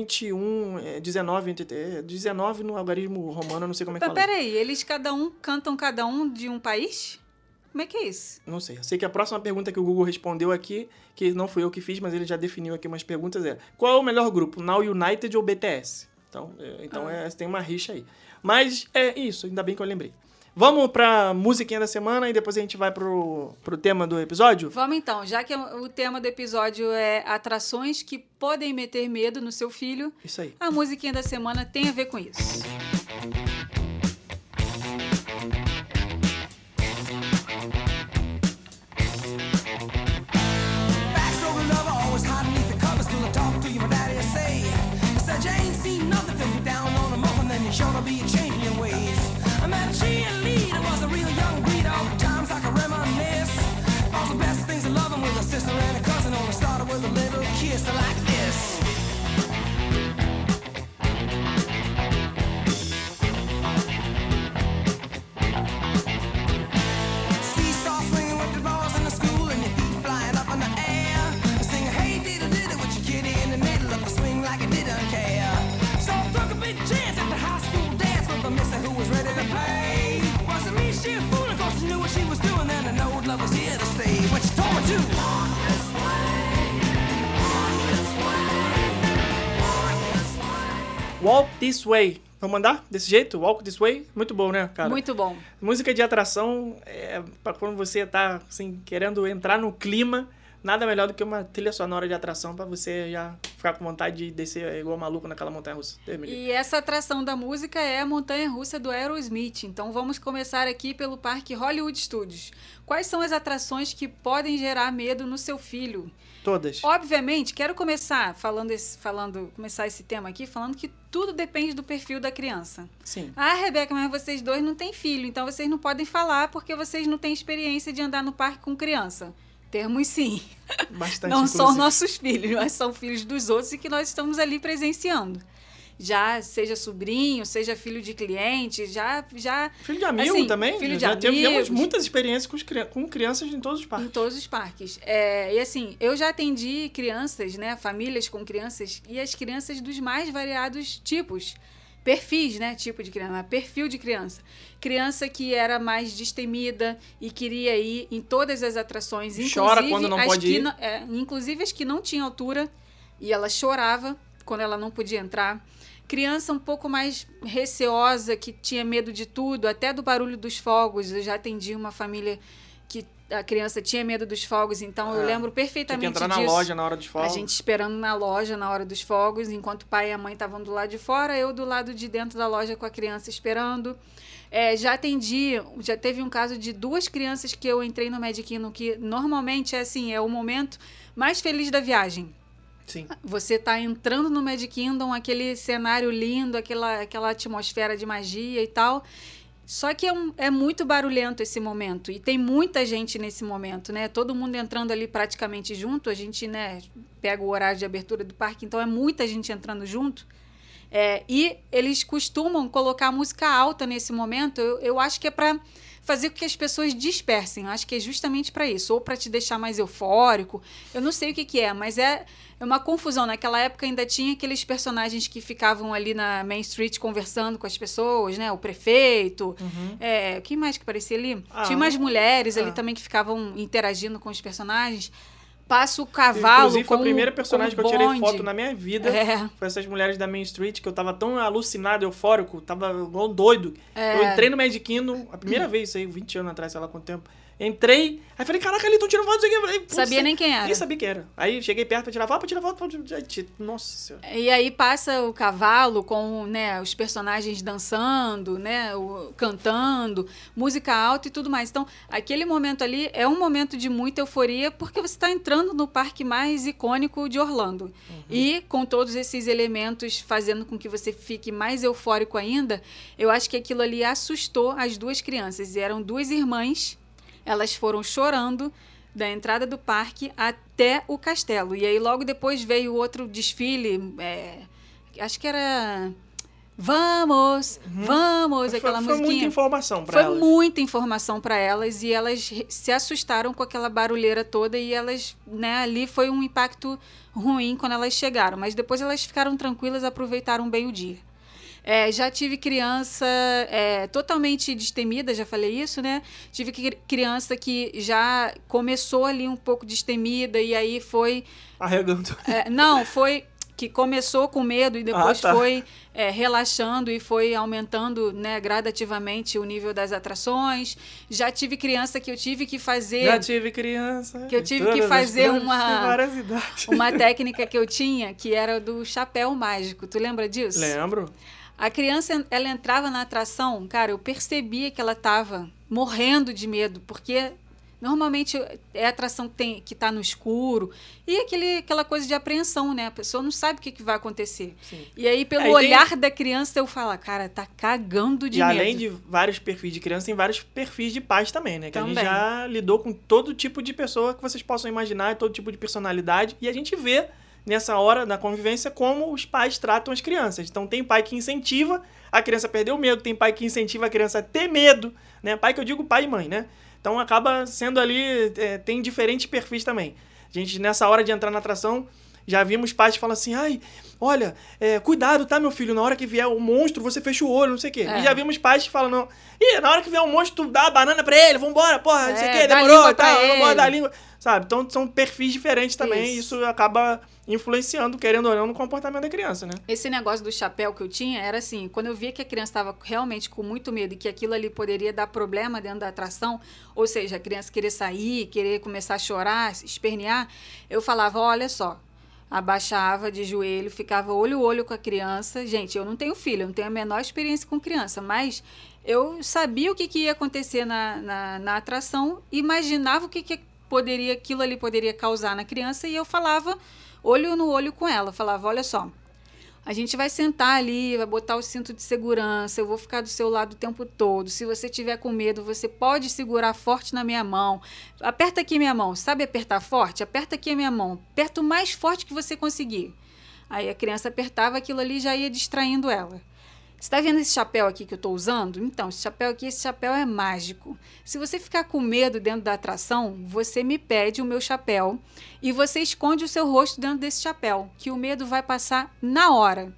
19 no algarismo romano, eu não sei como é que fala. Peraí, eles cantam cada um de um país? Como é que é isso? Não sei. Eu sei que a próxima pergunta que o Google respondeu aqui, que não fui eu que fiz, mas ele já definiu aqui umas perguntas, qual é o melhor grupo? Now United ou BTS? Então tem uma rixa aí. Mas é isso, ainda bem que eu lembrei. Vamos pra musiquinha da semana e depois a gente vai pro tema do episódio? Vamos então, já que o tema do episódio é atrações que podem meter medo no seu filho. Isso aí. A musiquinha da semana tem a ver com isso. Walk This Way. Vamos mandar desse jeito? Walk This Way? Muito bom, né, cara? Muito bom. Música de atração é pra quando você tá, assim, querendo entrar no clima. Nada melhor do que uma trilha sonora de atração pra você já ficar com vontade de descer igual maluco naquela montanha-russa. E essa atração da música é a montanha-russa do Aerosmith. Então vamos começar aqui pelo Parque Hollywood Studios. Quais são as atrações que podem gerar medo no seu filho? Todas. Obviamente, quero começar começar esse tema aqui falando que tudo depende do perfil da criança. Sim. Ah, Rebeca, mas vocês dois não têm filho, então vocês não podem falar porque vocês não têm experiência de andar no parque com criança. Temos sim. Bastante, não inclusive. São nossos filhos, mas são filhos dos outros e que nós estamos ali presenciando. Já seja sobrinho, seja filho de cliente, já filho de amigo assim, também. Filho de já amigos. Tivemos muitas experiências com crianças em todos os parques. Em todos os parques. E assim, eu já atendi crianças, né, famílias com crianças, e as crianças dos mais variados tipos. Perfis, né? Tipo de criança, perfil de criança. Criança que era mais destemida e queria ir em todas as atrações. Chora quando não pode ir. Inclusive as que não tinham altura, e ela chorava quando ela não podia entrar. Criança um pouco mais receosa, que tinha medo de tudo, até do barulho dos fogos. Eu já atendi uma família que a criança tinha medo dos fogos, então eu lembro perfeitamente disso. Tinha que entrar na loja na hora dos fogos. A gente esperando na loja na hora dos fogos, enquanto o pai e a mãe estavam do lado de fora, eu do lado de dentro da loja com a criança esperando. Já teve um caso de 2 crianças que eu entrei no Magic Kingdom, que normalmente é o momento mais feliz da viagem. Sim. Você tá entrando no Magic Kingdom, aquele cenário lindo, aquela atmosfera de magia e tal. Só que é muito barulhento esse momento. E tem muita gente nesse momento, né? Todo mundo entrando ali praticamente junto. A gente, né, pega o horário de abertura do parque, então é muita gente entrando junto. E eles costumam colocar música alta nesse momento. Eu acho que é para fazer com que as pessoas dispersem. Eu acho que é justamente para isso, ou para te deixar mais eufórico. Eu não sei o que é, mas é uma confusão. Naquela época ainda tinha aqueles personagens que ficavam ali na Main Street conversando com as pessoas, né? O prefeito. Quem mais que aparecia ali? Tinha umas mulheres ali também que ficavam interagindo com os personagens. Passa o cavalo. Inclusive, foi a primeira personagem que eu tirei foto na minha vida. Foi essas mulheres da Main Street, que eu tava tão alucinado, eufórico, tava igual doido. Eu entrei no Magic Kingdom, a primeira vez, isso aí, 20 anos atrás, sei lá quanto tempo. Entrei, aí falei, caraca, ali estão tirando foto disso aqui. Sabia nem quem era. Nem sabia quem era. Aí cheguei perto pra tirar foto, nossa senhora. E aí passa o cavalo com, né, os personagens dançando, né, cantando, música alta e tudo mais. Então, aquele momento ali é um momento de muita euforia, porque você está entrando no parque mais icônico de Orlando. E com todos esses elementos fazendo com que você fique mais eufórico ainda, eu acho que aquilo ali assustou as duas crianças. E eram duas irmãs. Elas foram chorando da entrada do parque até o castelo. E aí, logo depois, veio outro desfile. Acho que era... Vamos! Aquela musiquinha. Foi muita informação para elas. Foi muita informação para elas. E elas se assustaram com aquela barulheira toda. E elas, né, ali foi um impacto ruim quando elas chegaram. Mas depois elas ficaram tranquilas, aproveitaram bem o dia. Já tive criança totalmente destemida, já falei isso, né? Tive criança que já começou ali um pouco destemida e aí foi... Arregando. Não, foi que começou com medo e depois foi relaxando e foi aumentando, né, gradativamente o nível das atrações. Já tive criança que eu tive que fazer... Que eu tive que fazer uma técnica que eu tinha, que era do chapéu mágico. Tu lembra disso? Lembro. A criança, ela entrava na atração, cara, eu percebia que ela estava morrendo de medo, porque normalmente é a atração que está no escuro e aquela coisa de apreensão, né? A pessoa não sabe o que vai acontecer. Sim. E aí, pelo olhar da criança, eu falo, cara, tá cagando de medo. E além de vários perfis de criança, tem vários perfis de pais também, né? Que a gente já lidou com todo tipo de pessoa que vocês possam imaginar, todo tipo de personalidade, e a gente vê nessa hora da convivência como os pais tratam as crianças. Então tem pai que incentiva a criança a perder o medo, tem pai que incentiva a criança a ter medo, né? Pai que eu digo pai e mãe, né? Então acaba sendo ali, tem diferentes perfis também. A gente, nessa hora de entrar na atração, já vimos pais que falam assim, ai, olha, cuidado, tá, meu filho, na hora que vier o monstro, você fecha o olho, não sei o quê. E já vimos pais que falam, não, na hora que vier o monstro, tu dá a banana pra ele, vambora, porra, não sei o quê, demorou, tá, vambora, dá a língua. Sabe? Então são perfis diferentes também, e isso acaba influenciando, querendo ou não, no comportamento da criança, né? Esse negócio do chapéu que eu tinha era assim, quando eu via que a criança estava realmente com muito medo e que aquilo ali poderia dar problema dentro da atração, ou seja, a criança querer sair, querer começar a chorar, espernear, eu falava, olha só, abaixava de joelho, ficava olho a olho com a criança. Gente, eu não tenho filho, eu não tenho a menor experiência com criança, mas eu sabia o que ia acontecer na atração, imaginava o que aquilo ali poderia causar na criança, e eu falava olho no olho com ela, falava, olha só, a gente vai sentar ali, vai botar o cinto de segurança, eu vou ficar do seu lado o tempo todo, se você tiver com medo, você pode segurar forte na minha mão, aperta aqui minha mão, sabe apertar forte? Aperta aqui a minha mão, aperta o mais forte que você conseguir. Aí a criança apertava, aquilo ali já ia distraindo ela. Você está vendo esse chapéu aqui que eu estou usando? Então, esse chapéu é mágico. Se você ficar com medo dentro da atração, você me pede o meu chapéu e você esconde o seu rosto dentro desse chapéu, que o medo vai passar na hora.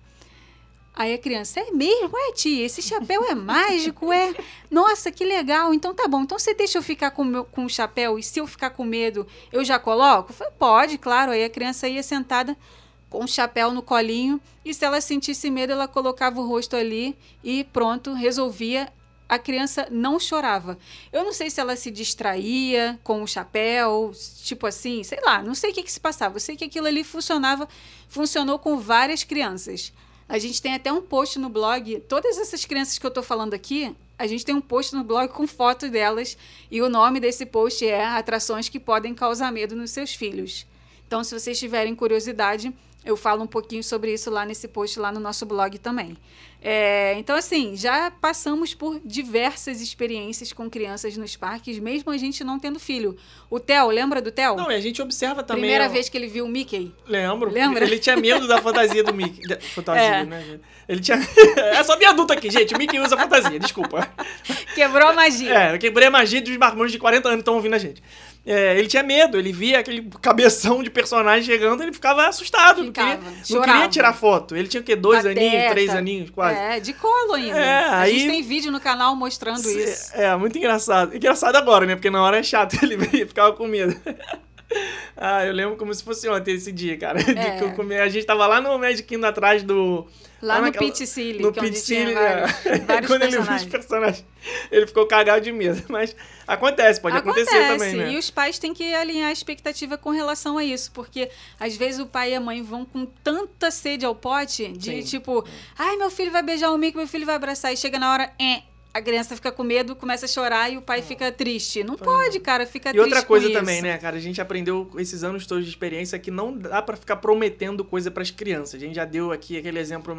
Aí a criança, é mesmo? Tia, esse chapéu é mágico, é? Nossa, que legal. Então tá bom. Então você deixa eu ficar com o chapéu e se eu ficar com medo, eu já coloco? Eu falei, pode, claro. Aí a criança ia sentada com o chapéu no colinho, e se ela sentisse medo, ela colocava o rosto ali e pronto, resolvia. A criança não chorava. Eu não sei se ela se distraía com o chapéu, tipo assim, sei lá, não sei o que se passava. Eu sei que aquilo ali funcionou com várias crianças. A gente tem até um post no blog, todas essas crianças que eu tô falando aqui, a gente tem um post no blog com fotos delas, e o nome desse post é Atrações que podem causar medo nos seus filhos. Então, se vocês tiverem curiosidade, eu falo um pouquinho sobre isso lá nesse post, lá no nosso blog também. Então, assim, já passamos por diversas experiências com crianças nos parques, mesmo a gente não tendo filho. O Theo, lembra do Theo? Não, e a gente observa também... Primeira vez que ele viu o Mickey. Lembro. Lembra? Ele tinha medo da fantasia do Mickey. Fantasia, né, gente? Ele tinha... É só de adulto aqui, gente. O Mickey usa fantasia, desculpa. Quebrou a magia. Eu quebrei a magia dos marmanjos de 40 anos que estão ouvindo a gente. Ele tinha medo, ele via aquele cabeção de personagem chegando, ele ficava assustado. Não queria tirar foto. Ele tinha o quê? 2 aninhos, 3 aninhos, quase. De colo ainda. A gente tem vídeo no canal mostrando isso. Muito engraçado. Engraçado agora, né? Porque na hora é chato, ele ficava com medo. Eu lembro como se fosse ontem esse dia, cara. A gente tava lá no Magic Kingdom atrás do... Lá no Pit Silly, no que Pit Silly, vários quando ele viu os personagens, ele ficou cagado de medo. Mas acontece, pode acontecer também, né? E os pais têm que alinhar a expectativa com relação a isso, porque às vezes o pai e a mãe vão com tanta sede ao pote de tipo, ai, meu filho vai beijar o Mickey, meu filho vai abraçar, e chega na hora, a criança fica com medo, começa a chorar e o pai fica triste. Não pode, cara, fica triste. E outra coisa também, né, cara? A gente aprendeu com esses anos todos de experiência que não dá pra ficar prometendo coisa pras crianças. A gente já deu aqui aquele exemplo,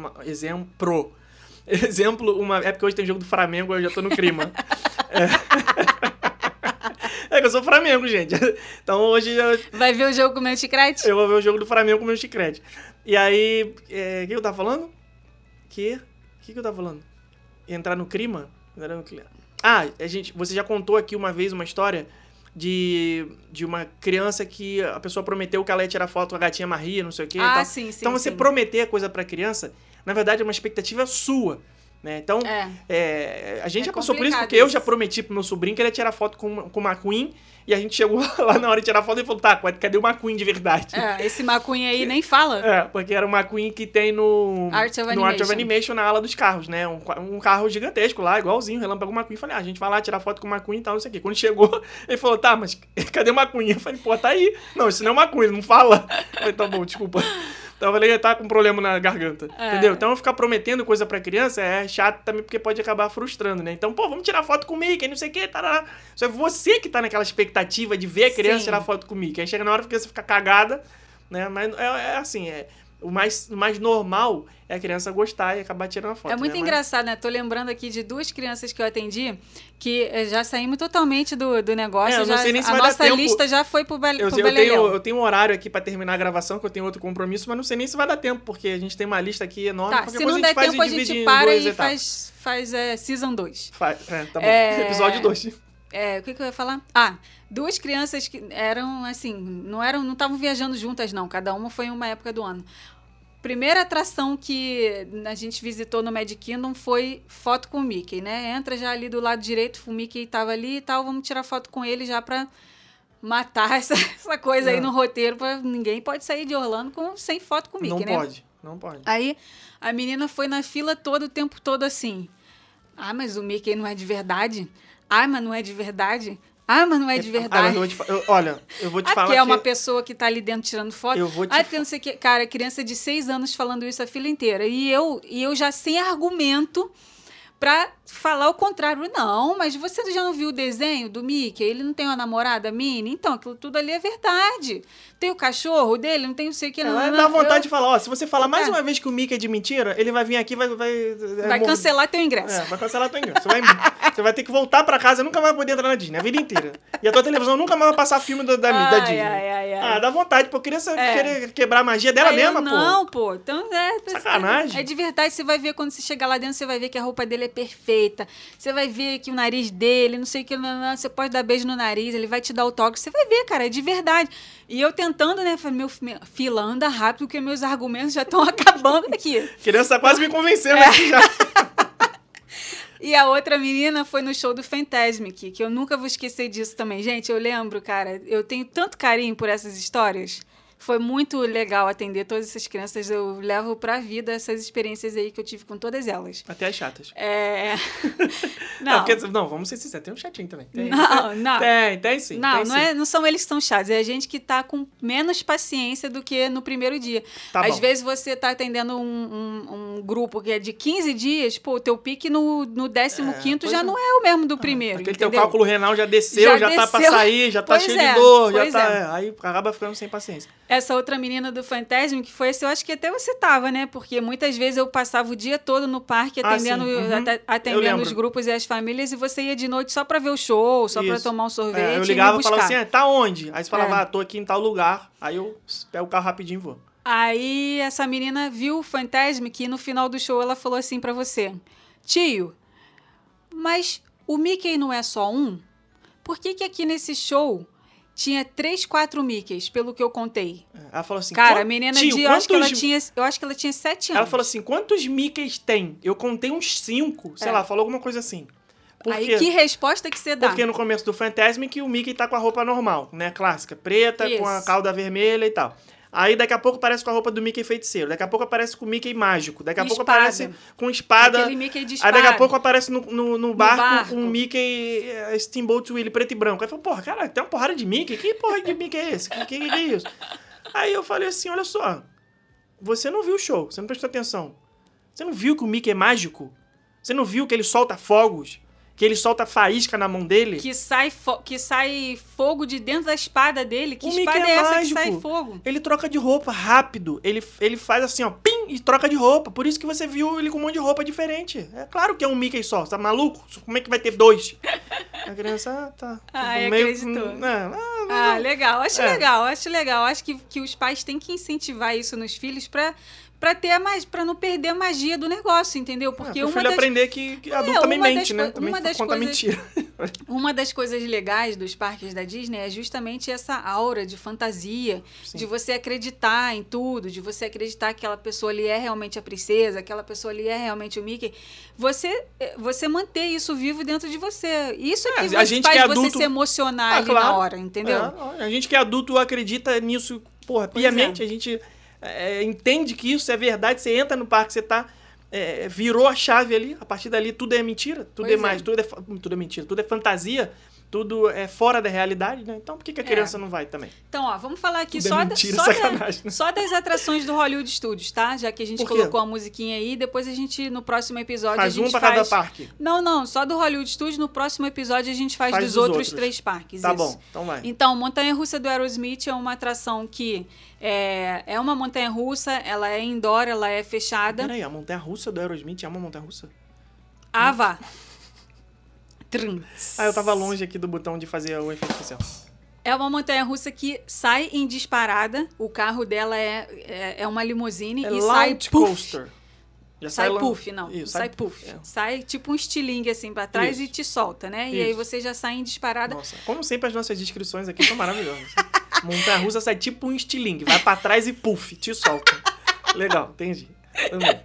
é porque hoje tem jogo do Flamengo, eu já tô no clima. É que eu sou Flamengo, gente. Então hoje... Vai ver o jogo com o meu chiclete? Eu vou ver o jogo do Flamengo com o meu chiclete. E aí... O que eu tava falando? O que eu tava falando? Entrar no clima? Você já contou aqui uma vez uma história de uma criança que a pessoa prometeu que ela ia tirar foto com a gatinha Maria, não sei o quê. Sim. Então você prometer a coisa pra criança, na verdade é uma expectativa sua. Né? Então, a gente já passou por isso, porque eu já prometi pro meu sobrinho que ele ia tirar foto com o McQueen, e a gente chegou lá na hora de tirar foto e falou, tá, cadê o McQueen de verdade? Esse McQueen aí nem fala. Porque era o McQueen que tem no Art of Animation, na ala dos carros, né? Um carro gigantesco lá, igualzinho, Relâmpago McQueen. Falei, a gente vai lá tirar foto com o McQueen e tal, não sei o quê. Quando chegou, ele falou, tá, mas cadê o McQueen? Eu falei, pô, tá aí. Não, isso não é o McQueen, ele não fala. Eu falei, tá bom, desculpa. Então eu falei, tá com um problema na garganta, entendeu? Então ficar prometendo coisa pra criança é chato também, porque pode acabar frustrando, né? Então, vamos tirar foto com o Mickey, não sei o que, tarará. Só é você que tá naquela expectativa de ver a criança tirar foto com o Mickey. Aí chega na hora que a criança fica cagada, né? Mas assim, o mais normal é a criança gostar e acabar tirando a foto. É muito engraçado, né? Tô lembrando aqui de 2 crianças que eu atendi que já saímos totalmente do negócio. Eu não sei nem se vai dar tempo. A nossa lista já foi pro Beleléu. Eu tenho um horário aqui pra terminar a gravação, que eu tenho outro compromisso, mas não sei nem se vai dar tempo, porque a gente tem uma lista aqui enorme. Se não der tempo, a gente para e faz Season 2. Tá bom. Episódio 2. O que eu ia falar? 2 crianças que eram, assim, não estavam viajando juntas, não. Cada uma foi em uma época do ano. Primeira atração que a gente visitou no Magic Kingdom foi foto com o Mickey, né? Entra já ali do lado direito, o Mickey tava ali e tal, vamos tirar foto com ele já pra matar essa coisa aí no roteiro. Ninguém pode sair de Orlando sem foto com o Mickey, né? Não pode. Aí a menina foi na fila todo o tempo todo assim. Mas o Mickey não é de verdade? Mas não é de verdade? Mas não é de verdade. Olha, eu vou te falar que é uma pessoa que tá ali dentro tirando foto. Porque não sei o que. Cara, criança de 6 anos falando isso a fila inteira. E eu já sem argumento pra falar o contrário. Não, mas você já não viu o desenho do Mickey? Ele não tem uma namorada, Minnie? Então, aquilo tudo ali é verdade. Tem o cachorro dele, não tem não sei o que. Dá vontade de falar, se você falar mais uma vez que o Mickey é de mentira, ele vai vir aqui e vai cancelar teu ingresso. Vai cancelar teu ingresso. Você vai ter que voltar pra casa e nunca vai poder entrar na Disney a vida inteira. E a tua televisão nunca mais vai passar filme da Disney. Dá vontade, pô. Criança querer quebrar a magia dela mesma, pô. Não, pô. Então, sacanagem. É de verdade, você vai ver, quando você chegar lá dentro, você vai ver que a roupa dele é perfeita. Você vai ver que o nariz dele, não sei o que, você pode dar beijo no nariz, ele vai te dar o toque. Você vai ver, cara, é de verdade. E eu tentando, né, meu fila, anda rápido, porque meus argumentos já estão acabando aqui. Criança quase me convencendo aqui já. E a outra menina foi no show do Fantasmic, que eu nunca vou esquecer disso também. Gente, eu lembro, cara, eu tenho tanto carinho por essas histórias. Foi muito legal atender todas essas crianças. Eu levo pra vida essas experiências aí que eu tive com todas elas. Até as chatas. Não. Vamos ser sinceros, tem um chatinho também. Não. Tem sim. Não são eles que são chatos. É a gente que tá com menos paciência do que no primeiro dia. Às vezes você tá atendendo um grupo que é de 15 dias, pô, o teu pique no 15º já não é o mesmo do primeiro. Aquele teu cálculo renal já desceu, já tá pra sair, já tá cheio de dor. Aí acaba ficando sem paciência. Essa outra menina do Fantasmic, que foi esse, eu acho que até você tava, né? Porque muitas vezes eu passava o dia todo no parque atendendo os grupos e as famílias, e você ia de noite só pra ver o show, só pra tomar um sorvete. Eu ligava e falava assim, tá onde? Aí você falava, tô aqui em tal lugar. Aí eu pego o carro rapidinho e vou. Aí essa menina viu o Fantasmic e no final do show ela falou assim pra você: tio, mas o Mickey não é só um? Por que aqui nesse show tinha 3, 4 Mickeys, pelo que eu contei? Ela falou assim... Cara, a menina eu acho que ela tinha 7 anos. Ela falou assim, quantos Mickeys tem? Eu contei uns 5, sei lá, falou alguma coisa assim. Aí que resposta que você dá? Porque no começo do Fantasmic o Mickey tá com a roupa normal, né? Clássica, preta, com a cauda vermelha e tal. Aí daqui a pouco aparece com a roupa do Mickey feiticeiro. Daqui a pouco aparece com o Mickey mágico. Daqui a pouco aparece com espada. Aquele Mickey de espada. Aí daqui a pouco aparece no barco com o Mickey Steamboat Willie preto e branco. Aí eu falei, porra, cara, tem uma porrada de Mickey? Que porra de Mickey é esse? Que é isso? Aí eu falei assim, olha só. Você não viu o show, você não prestou atenção. Você não viu que o Mickey é mágico? Você não viu que ele solta fogos? Que ele solta faísca na mão dele. Que sai fogo de dentro da espada dele. Que espada é essa que sai fogo? Ele troca de roupa rápido. Ele faz assim, ó, pim, e troca de roupa. Por isso que você viu ele com um monte de roupa diferente. É claro que é um Mickey só. Você tá maluco? Como é que vai ter 2? A criança, tá. Acreditou. Legal. Acho legal. Acho que os pais têm que incentivar isso nos filhos pra não perder a magia do negócio, entendeu? Porque o filho aprender que adulto também mente, né? Também conta mentira. Uma das coisas legais dos parques da Disney é justamente essa aura de fantasia, de você acreditar em tudo, de você acreditar que aquela pessoa ali é realmente a princesa, aquela pessoa ali é realmente o Mickey. Você manter isso vivo dentro de você. Isso é que faz você se emocionar ali na hora, entendeu? A gente que é adulto acredita nisso, porra, piamente. A gente... entende que isso é verdade, você entra no parque, você virou a chave ali, a partir dali tudo é mentira, tudo é mentira, tudo é fantasia, tudo é fora da realidade, né? Então por que a criança não vai também? Então, vamos falar aqui tudo só das atrações do Hollywood Studios, tá? Já que a gente colocou a musiquinha aí, depois a gente, no próximo episódio, faz um pra cada parque. Não, só do Hollywood Studios, no próximo episódio a gente faz dos outros 3 parques. Tá bom, então vai. Então, Montanha-Russa do Aerosmith é uma atração que é uma montanha-russa, ela é indoor, ela é fechada. Peraí, a montanha-russa do Aerosmith é uma montanha-russa? Vá. Eu tava longe aqui do botão de fazer o efeito especial. É uma montanha-russa que sai em disparada. O carro dela é uma limusine e sai coaster. Sai puff, não. Isso, sai puff. Sai tipo um estilingue assim pra trás e te solta, né? Isso. E aí você já sai em disparada. Nossa, como sempre as nossas descrições aqui são maravilhosas. Montanha-russa sai tipo um estilingue. Vai pra trás e puff, te solta. Legal, entendi. Também.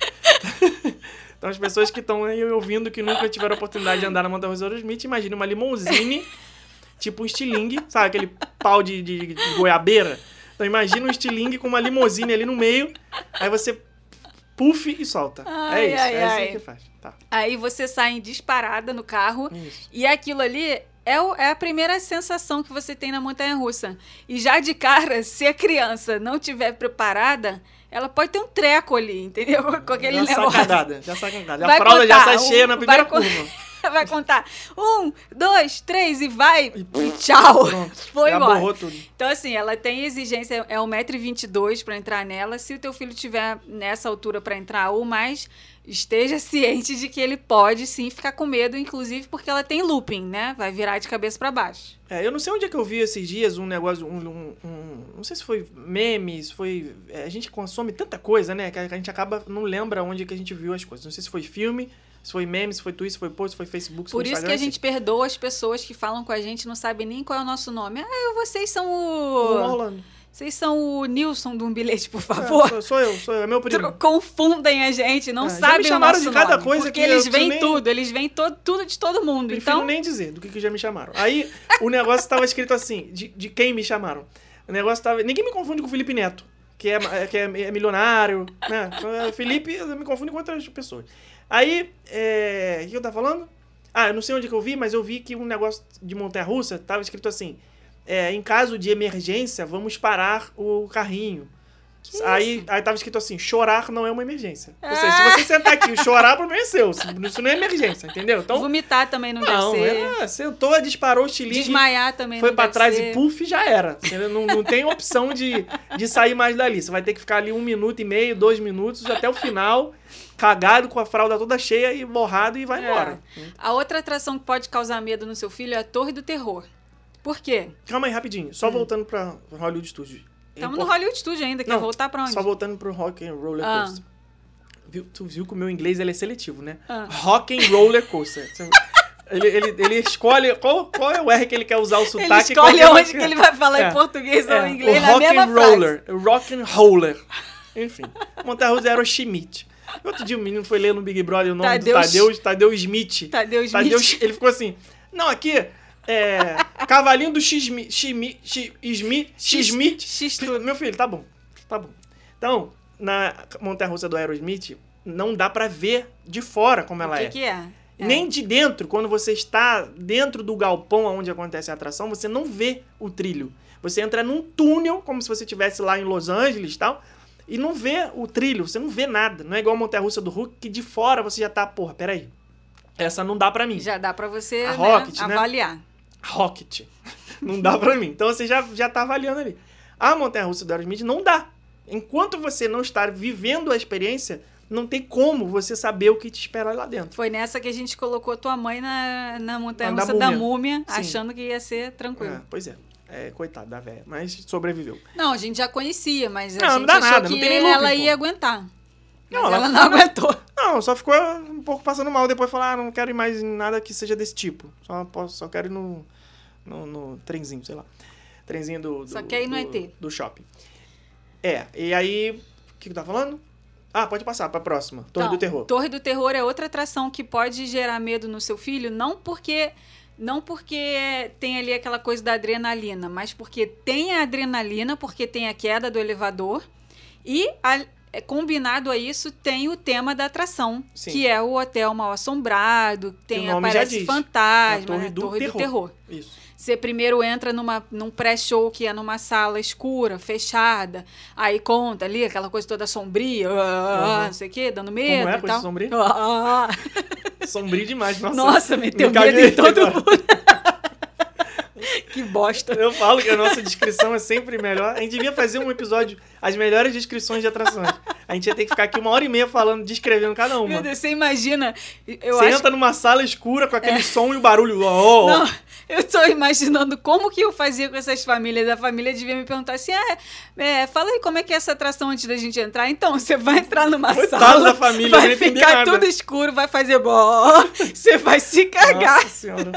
Então, as pessoas que estão aí ouvindo que nunca tiveram a oportunidade de andar na montanha-russa do Aerosmith, imagine uma limousine, tipo um estilingue, sabe? Aquele pau de goiabeira. Então, imagina um estilingue com uma limousine ali no meio, aí você puff e solta. É assim que faz. Tá. Aí você sai em disparada no carro, e aquilo ali é a primeira sensação que você tem na montanha-russa. E já de cara, se a criança não estiver preparada, ela pode ter um treco ali, entendeu? Com aquele negócio. Já sacada. A fralda já sai cheia na primeira curva. Vai contar 1, 2, 3 e vai. E tchau. Pronto, foi embora. Borrou tudo. Então, assim, ela tem exigência, é 1,22 m pra entrar nela. Se o teu filho tiver nessa altura pra entrar ou mais, esteja ciente de que ele pode sim ficar com medo, inclusive porque ela tem looping, né? Vai virar de cabeça pra baixo. Eu não sei onde é que eu vi esses dias um negócio, não sei se foi memes, a gente consome tanta coisa, né? Que a gente não lembra onde que a gente viu as coisas. Não sei se foi filme, se foi meme, se foi Twitter, se foi post, se foi Facebook, se foi Instagram. Por isso que a gente perdoa as pessoas que falam com a gente, não sabem nem qual é o nosso nome. Vocês são Orlando. Vocês são o Nilson de Um Bilhete, por favor. Sou eu, é meu primo. Confundem a gente, não sabem o nosso de cada nome, coisa porque que eles veem tudo, eles veem tudo de todo mundo. Prefiro nem dizer do que já me chamaram. Aí, o negócio estava escrito assim, de quem me chamaram. O negócio estava... Ninguém me confunde com o Felipe Neto, que é milionário, né? Felipe, eu me confundo com outras pessoas. Aí, o que eu tava falando? Eu não sei onde que eu vi, mas eu vi que um negócio de montanha-russa estava escrito assim... em caso de emergência, vamos parar o carrinho. Aí tava escrito assim, chorar não é uma emergência. Ou seja, se você sentar aqui e chorar, o problema é seu. Isso não é emergência, entendeu? Então, vomitar também não deve ser. Sentou, disparou o estilingue. Desmaiar também foi não pra deve trás ser. E puff, já era. Não tem opção de sair mais dali. Você vai ter que ficar ali 1 minuto e meio, 2 minutos, até o final, cagado, com a fralda toda cheia e borrado e vai embora. A outra atração que pode causar medo no seu filho é a Torre do Terror. Por quê? Calma aí, rapidinho. Só voltando pra Hollywood Studios. Estamos no Hollywood Studio ainda, quer voltar pra onde? Só voltando pro Rock and Roller Coaster. Tu viu que o meu inglês ele é seletivo, né? Rock and Roller Coaster. Ele escolhe qual é o R que ele quer usar o sotaque. Ele escolhe onde que ele vai falar em português ou em inglês na mesma frase. O Rock and Roller. Enfim. Montanha-russa era o Schmidt. Outro dia o menino foi ler no Big Brother o nome do Tadeu Smith. Tadeu Smith. Ele ficou assim, não, aqui... cavalinho do X-Smith. Meu filho, tá bom. Então, na montanha-russa do Aerosmith, não dá pra ver de fora como ela é. O que é? Nem de dentro, quando você está dentro do galpão onde acontece a atração, você não vê o trilho. Você entra num túnel, como se você estivesse lá em Los Angeles e tal, e não vê o trilho, você não vê nada. Não é igual a montanha-russa do Hulk, que de fora você já tá, porra, peraí. Essa não dá pra mim. Já dá pra você avaliar. Rocket. Não dá pra mim. Então você já tá avaliando ali. A montanha-russa do Aerosmith não dá. Enquanto você não estar vivendo a experiência, não tem como você saber o que te espera lá dentro. Foi nessa que a gente colocou a tua mãe na montanha-russa da múmia, achando que ia ser tranquilo. Pois é. Coitada da velha, mas sobreviveu. Não, a gente já conhecia, mas a gente achou nada, que não tem ela ia aguentar. Mas não, ela não aguentou. Não, só ficou um pouco passando mal. Depois falou, não quero ir mais em nada que seja desse tipo. Só quero ir no trenzinho, sei lá. Trenzinho Só quer ir no ET. Do shopping. E aí... O que eu tava falando? Pode passar pra próxima. Torre do Terror. Torre do Terror é outra atração que pode gerar medo no seu filho, não porque tem ali aquela coisa da adrenalina, mas porque tem a adrenalina, porque tem a queda do elevador e combinado a isso tem o tema da atração, que é o hotel mal assombrado, aparece fantasma, Torre do Terror. Isso. Você primeiro entra num pré-show que é numa sala escura, fechada, aí conta ali aquela coisa toda sombria, não sei o quê, dando medo. Como é a coisa sombria? Sombrio demais, nossa, meteu medo em todo mundo. Que bosta. Eu falo que a nossa descrição é sempre melhor. A gente devia fazer um episódio, as melhores descrições de atrações. A gente ia ter que ficar aqui 1h30 falando, descrevendo cada uma. Meu Deus, você imagina... Você entra numa sala escura com aquele som e o barulho. Não, eu tô imaginando como que eu fazia com essas famílias. A família devia me perguntar assim, fala aí como é que é essa atração antes da gente entrar. Então, você vai entrar numa sala, da família, vai ficar tudo escuro, vai fazer você vai se cagar. Nossa Senhora.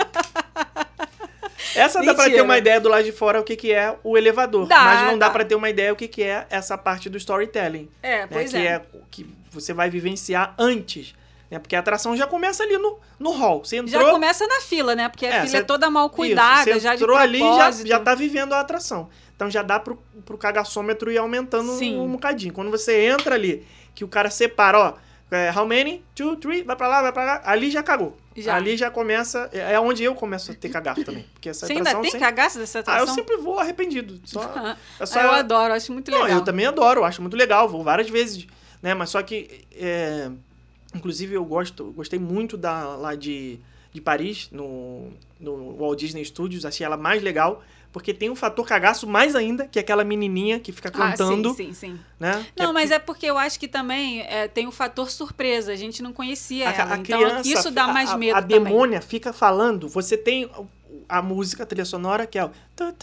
Essa dá pra ter uma ideia do lado de fora o que é o elevador. Mas não dá pra ter uma ideia o que é essa parte do storytelling. Pois Que você vai vivenciar antes. Né? Porque a atração já começa ali no hall. Você entrou, já começa na fila, né? Porque a fila é toda mal cuidada, você já de entrou propósito. ali já tá vivendo a atração. Então já dá pro cagaçômetro ir aumentando um bocadinho. Quando você entra ali, que o cara separa, how many? 2, 3, vai pra lá, ali já cagou. Ali já começa, é onde eu começo a ter cagaço também. Porque essa você atração ainda tem cagaço dessa atração? Eu sempre vou arrependido. Eu adoro, acho muito legal. Eu também adoro, acho muito legal, vou várias vezes. Né? Mas só que, inclusive eu gostei muito lá de Paris, no Walt Disney Studios, achei ela mais legal. Porque tem um fator cagaço mais ainda, que é aquela menininha que fica cantando. Sim. Né? Não, mas é porque eu acho que também tem o fator surpresa. A gente não conhecia ela. A então criança, isso dá mais medo a também. demônia fica falando. Você tem a música, a trilha sonora, que é o...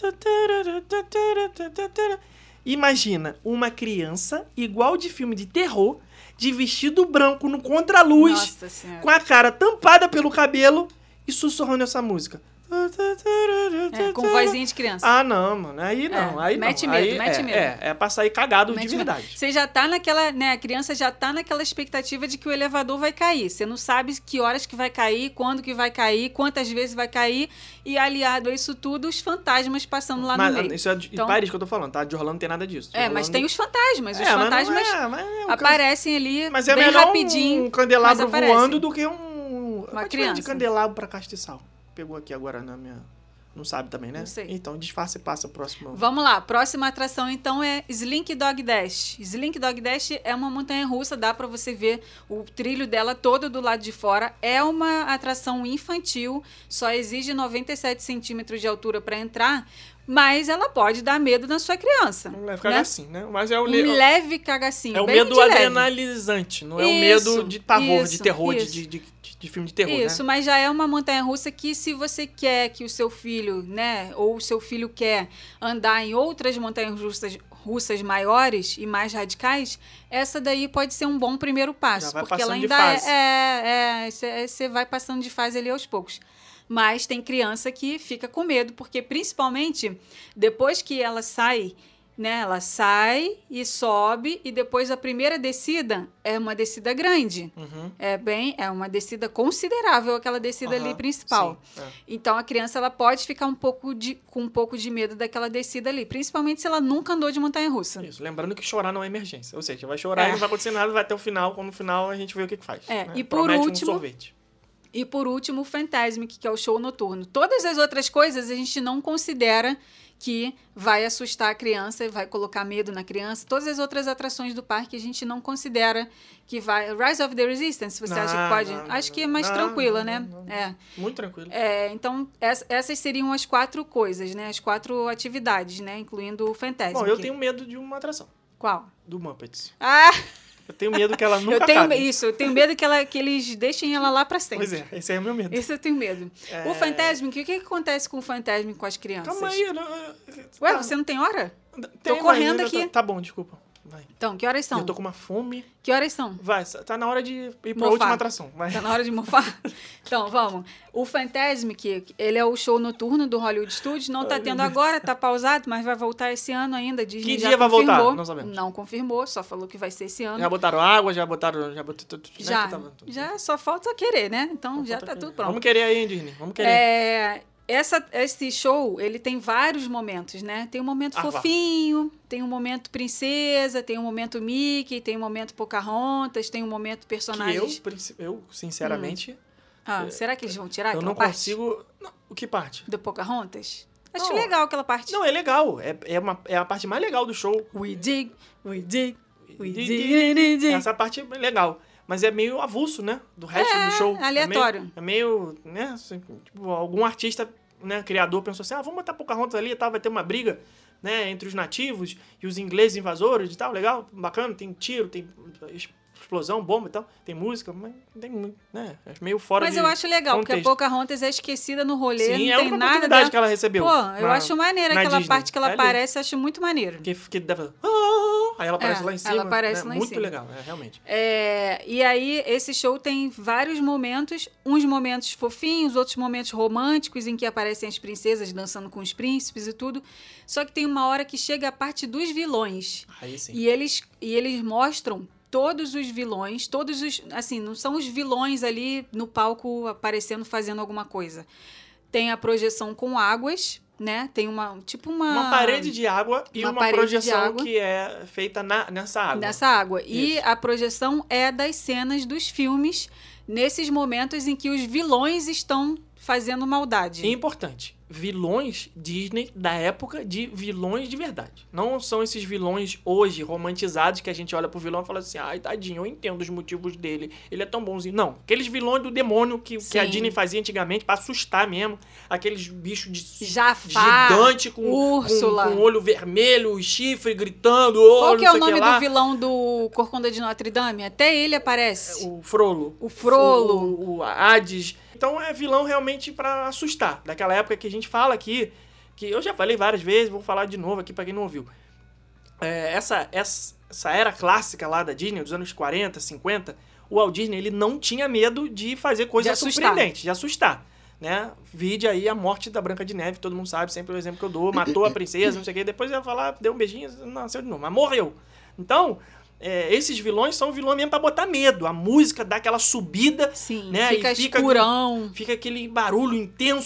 Imagina uma criança igual de filme de terror, de vestido branco no contraluz, com a cara tampada pelo cabelo e sussurrando essa música. Com vozinha de criança. Não, mano. Aí não. Aí mete não. medo, mete medo. É pra sair cagado de verdade. Você já tá naquela, né? A criança já tá naquela expectativa de que o elevador vai cair. Você não sabe que horas que vai cair, quando que vai cair, quantas vezes vai cair. E aliado a isso tudo, os fantasmas passando lá no meio. Isso é de Paris que eu tô falando, tá? De Orlando não tem nada disso. Mas tem os fantasmas. Os fantasmas aparecem ali mas é bem melhor rapidinho. Um candelabro voando do que uma criança. de candelabro pra castiçal. Pegou aqui agora na minha Não sabe também, né? Não sei. Então, disfarça e passa o próximo. Vamos lá. Próxima atração, então, é Slink Dog Dash. Slink Dog Dash é uma montanha-russa. Dá pra você ver o trilho dela todo do lado de fora. É uma atração infantil. Só exige 97 centímetros de altura pra entrar. Mas ela pode dar medo na sua criança. Um leve cagacinho, né? Mas é um leve cagacinho. É o medo adrenalizante. Não é o medo de pavor, de terror, de filme de terror, Isso, né? Mas já é uma montanha-russa que, se você quer que o seu filho, né, ou o seu filho quer andar em outras montanhas-russas maiores e mais radicais, essa daí pode ser um bom primeiro passo. Já vai porque ela passando ainda de fase. você vai passando de fase ali aos poucos. Mas tem criança que fica com medo, porque principalmente depois que ela sai, né? Ela sai e sobe, e depois a primeira descida é uma descida grande. Uhum. É uma descida considerável, aquela descida ali principal. Sim, Então a criança ela pode ficar com um pouco de medo daquela descida ali, principalmente se ela nunca andou de montanha-russa. Isso, lembrando que chorar não é emergência. Ou seja, vai chorar e não vai acontecer nada, vai até o final, quando no final a gente vê o que faz. Né? E por Promete último, um sorvete. E por último, o Fantasmic, que é o show noturno. Todas as outras coisas a gente não considera que vai assustar a criança e vai colocar medo na criança. Todas as outras atrações do parque a gente não considera que vai... Rise of the Resistance, você acha que pode? Acho que é mais tranquila, né? Muito tranquilo. Então, essas seriam as 4 coisas, né? As 4 atividades, né? Incluindo o Fantasmic. Bom, eu tenho medo de uma atração. Qual? Do Muppets. Ah! Eu tenho medo que ela nunca acabe. Eu tenho medo que eles deixem ela lá pra sempre. Pois é, esse é o meu medo. Esse eu tenho medo. O Fantasmic, o que acontece com o Fantasmic com as crianças? Calma aí. Ué, você não tem hora? Tô correndo aqui. Tá bom, desculpa. Vai. Então, que horas são? Eu tô com uma fome. Que horas são? Vai, tá na hora de ir pra última atração. Vai. Tá na hora de mofar? Então, vamos. O Fantasmic, ele é o show noturno do Hollywood Studios. Não tá tendo agora, tá pausado, mas vai voltar esse ano ainda. Disney que já dia vai confirmou. voltar? Não sabemos. Não confirmou, só falou que vai ser esse ano. Já botaram água, já botaram Já só falta querer, né? Então já tá tudo pronto. Vamos querer aí, hein, Disney? Vamos querer. Esse show, ele tem vários momentos, né? Tem um momento fofinho, tem um momento princesa, tem um momento Mickey, tem um momento Pocahontas, tem um momento personagens... Eu sinceramente... será que eles vão tirar aquela parte? Eu não consigo... Não, o que parte? Do Pocahontas? Acho legal aquela parte. Não, é legal. É a parte mais legal do show. We dig. Essa parte é legal. Mas é meio avulso, né? Do resto do show. Aleatório. É meio né? Assim, tipo, algum artista, né, criador pensou assim, vamos botar Pocahontas ali e tal, vai ter uma briga, né, entre os nativos e os ingleses invasores e tal, legal, bacana, tem tiro, tem explosão, bomba e tal, tem música, mas tem muito, né, é meio fora Mas de eu acho legal, contexto. porque a Pocahontas é esquecida no rolê, Sim, não tem nada oportunidade dela. que ela recebeu. Pô, eu acho maneira aquela Disney. parte que ela aparece, eu acho muito maneiro. Que deve... Aí ela aparece lá em cima. Ela aparece lá em muito cima. Muito legal, realmente. E aí, esse show tem vários momentos, uns momentos fofinhos, outros momentos românticos, em que aparecem as princesas dançando com os príncipes e tudo. Só que tem uma hora que chega a parte dos vilões. Aí sim. E eles mostram todos os vilões, assim, não são os vilões ali no palco aparecendo, fazendo alguma coisa. Tem a projeção com águas, né? Tem uma parede de água e uma projeção que é feita nessa água. Nessa água. Isso. E a projeção é das cenas dos filmes, nesses momentos em que os vilões estão fazendo maldade. E importante, vilões Disney da época de vilões de verdade. Não são esses vilões hoje romantizados que a gente olha pro vilão e fala assim, ai, tadinho, eu entendo os motivos dele, ele é tão bonzinho. Não, aqueles vilões do demônio que a Disney fazia antigamente pra assustar mesmo. Aqueles bichos Jafar, gigante com Úrsula, com olho vermelho, chifre gritando. Qual que é o nome do vilão do Corcunda de Notre Dame? Até ele aparece. O Frollo. O Hades. Então é vilão realmente pra assustar. Daquela época que a gente fala aqui, que eu já falei várias vezes, vou falar de novo aqui pra quem não ouviu. Essa era clássica lá da Disney, dos anos 40, 50, o Walt Disney ele não tinha medo de fazer coisas surpreendentes, de assustar. Né? Vide aí a morte da Branca de Neve, todo mundo sabe, sempre o exemplo que eu dou, matou a princesa, não sei o que, depois ela falar, deu um beijinho, nasceu de novo, mas morreu. Então, esses vilões são vilões mesmo pra botar medo. A música dá aquela subida, sim, né? Fica escurão. Fica aquele barulho intenso,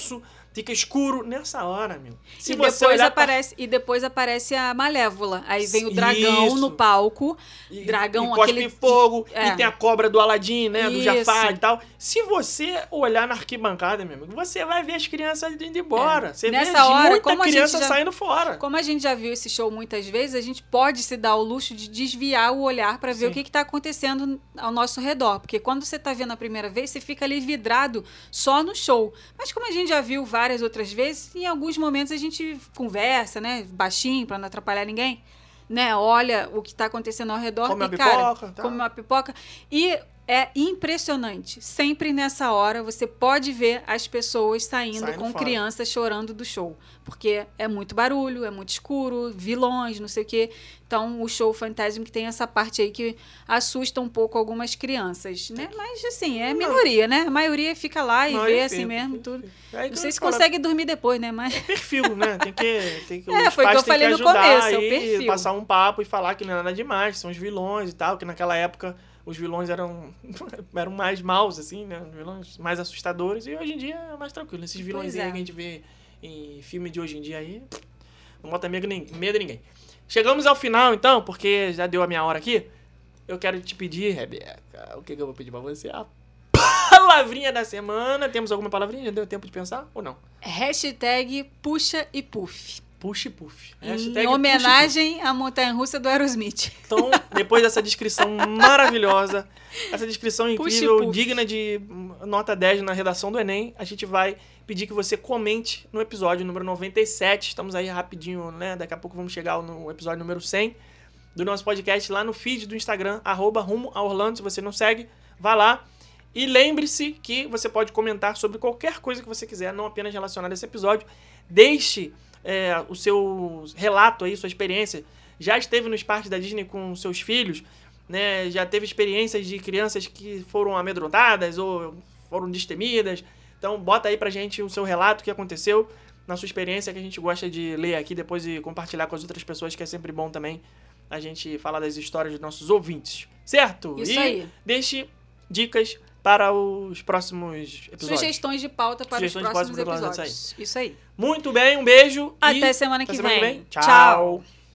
fica escuro nessa hora, meu. Se você e depois aparece a Malévola. Aí vem o dragão no palco. Dragão, e cospe fogo. E tem a cobra do Aladim, né? Do Jafar e tal. Se você olhar na arquibancada, meu amigo, você vai ver as crianças indo embora. Você nessa vê hora, muita criança saindo fora. Como a gente já viu esse show muitas vezes, a gente pode se dar o luxo de desviar o olhar para ver o que está acontecendo ao nosso redor. Porque quando você está vendo a primeira vez, você fica ali vidrado só no show. Mas como a gente já viu várias outras vezes, em alguns momentos a gente conversa, né? Baixinho, para não atrapalhar ninguém. Né? Olha o que está acontecendo ao redor. Come uma pipoca. Come uma pipoca. E é impressionante. Sempre nessa hora você pode ver as pessoas saindo com fora. Crianças chorando do show. Porque é muito barulho, é muito escuro, vilões, não sei o quê. Então, o show Fantasmic tem essa parte aí que assusta um pouco algumas crianças, né? Mas, assim, é minoria, né? A maioria fica lá e vê assim mesmo tudo. Não sei se consegue dormir depois, né? Mas... É perfil, né? Tem que foi o que eu falei no começo, é o perfil. Passar um papo e falar que não é nada demais, são os vilões e tal, que naquela época os vilões eram mais maus, assim, né? Os vilões mais assustadores, e hoje em dia é mais tranquilo. Esses vilões que a gente vê em filme de hoje em dia aí, não bota medo em ninguém. Chegamos ao final, então, porque já deu a minha hora aqui. Eu quero te pedir, Rebeca, o que eu vou pedir pra você? A palavrinha da semana. Temos alguma palavrinha? Já deu tempo de pensar ou não? Hashtag puxa e puff. Puxa e puff. Em homenagem à montanha-russa do Aerosmith. Então, depois dessa descrição maravilhosa, essa descrição incrível, digna de nota 10 na redação do Enem, a gente vai pedir que você comente no episódio número 97. Estamos aí rapidinho, né? Daqui a pouco vamos chegar no episódio número 100 do nosso podcast lá no feed do Instagram, @rumo-a-Orlando. Se você não segue, vá lá. E lembre-se que você pode comentar sobre qualquer coisa que você quiser, não apenas relacionada a esse episódio. Deixe o seu relato aí, sua experiência. Já esteve nos parques da Disney com seus filhos, né? Já teve experiências de crianças que foram amedrontadas ou foram destemidas. Então, bota aí pra gente o seu relato, o que aconteceu na sua experiência, que a gente gosta de ler aqui depois e compartilhar com as outras pessoas, que é sempre bom também a gente falar das histórias dos nossos ouvintes. Certo? Isso aí. Deixe dicas para os próximos episódios. Sugestões de pauta para os próximos episódios. Isso aí. Muito bem, um beijo. Até semana que vem. Tchau.